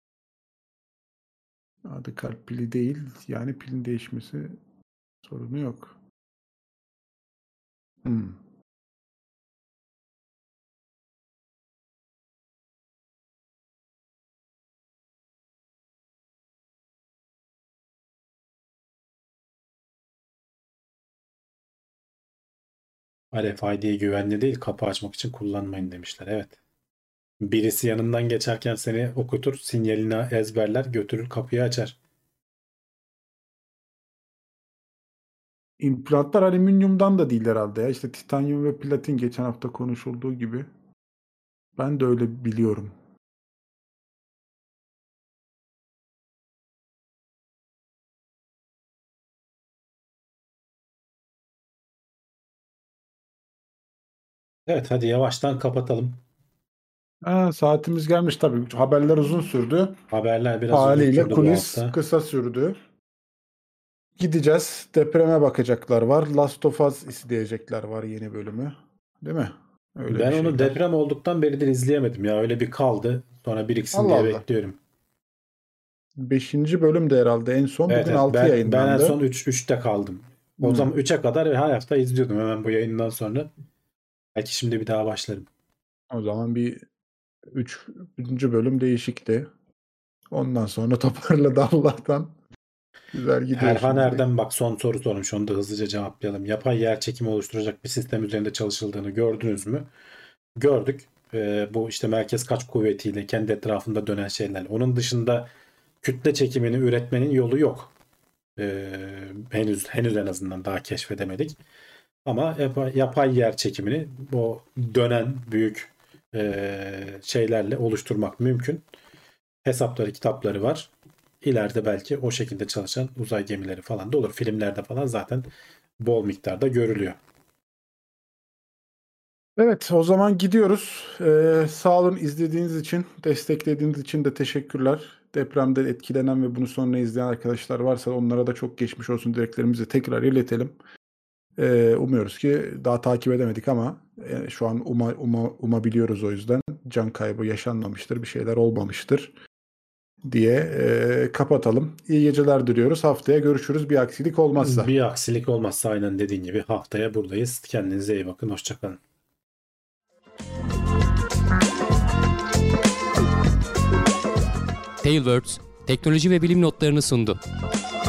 Adı kalp pili değil. Yani pilin değişmesi sorunu yok. Hmm. R F I D güvenli değil, kapı açmak için kullanmayın demişler. Evet. Birisi yanından geçerken seni okutur, sinyalini ezberler, götürür kapıyı açar. İmplantlar alüminyumdan da değil herhalde ya. İşte titanyum ve platin geçen hafta konuşulduğu gibi. Ben de öyle biliyorum. Evet, hadi yavaştan kapatalım. Ha, saatimiz gelmiş tabii. Haberler uzun sürdü. Haberler biraz uzun Haliyle sürdü bu kulis hafta. kısa sürdü. Gideceğiz. Depreme bakacaklar var. Last of Us izleyecekler var, yeni bölümü. Değil mi? Öyle Ben bir onu şeyler. deprem olduktan beridir izleyemedim ya. Öyle bir kaldı. Sonra biriksin Allah diye Allah. bekliyorum. Beşinci bölüm de herhalde en son. Evet, Bugün evet. altı Ben, ben en yayınlandı. son üç, üçte kaldım. O Hmm. zaman üçe kadar her hafta izliyordum hemen bu yayından sonra. Belki şimdi bir daha başlarım. O zaman bir üçüncü bölüm değişikti. Ondan sonra toparladı Allah'tan. Güzel gidiyor Erhan şimdi. Erdem bak son soru sormuş. Onu da hızlıca cevaplayalım. Yapay yer çekimi oluşturacak bir sistem üzerinde çalışıldığını gördünüz mü? Gördük. Ee, bu işte merkez kaç kuvvetiyle kendi etrafında dönen şeyler. Onun dışında kütle çekimini üretmenin yolu yok. Ee, henüz henüz en azından daha keşfedemedik. Ama yapay, yapay yer çekimini o dönen büyük e, şeylerle oluşturmak mümkün. Hesapları, kitapları var. İleride belki o şekilde çalışan uzay gemileri falan da olur. Filmlerde falan zaten bol miktarda görülüyor. Evet, o zaman gidiyoruz. Ee, sağ olun, izlediğiniz için, desteklediğiniz için de teşekkürler. Depremde etkilenen ve bunu sonra izleyen arkadaşlar varsa onlara da çok geçmiş olsun dileklerimizi tekrar iletelim. Ee, umuyoruz ki daha takip edemedik ama e, şu an uma, uma, umabiliyoruz, o yüzden can kaybı yaşanmamıştır, bir şeyler olmamıştır diye e, kapatalım. İyi geceler diliyoruz. Haftaya görüşürüz bir aksilik olmazsa. Bir aksilik olmazsa aynen dediğin gibi haftaya buradayız. Kendinize iyi bakın. Hoşçakalın. Tailwords teknoloji ve bilim notlarını sundu.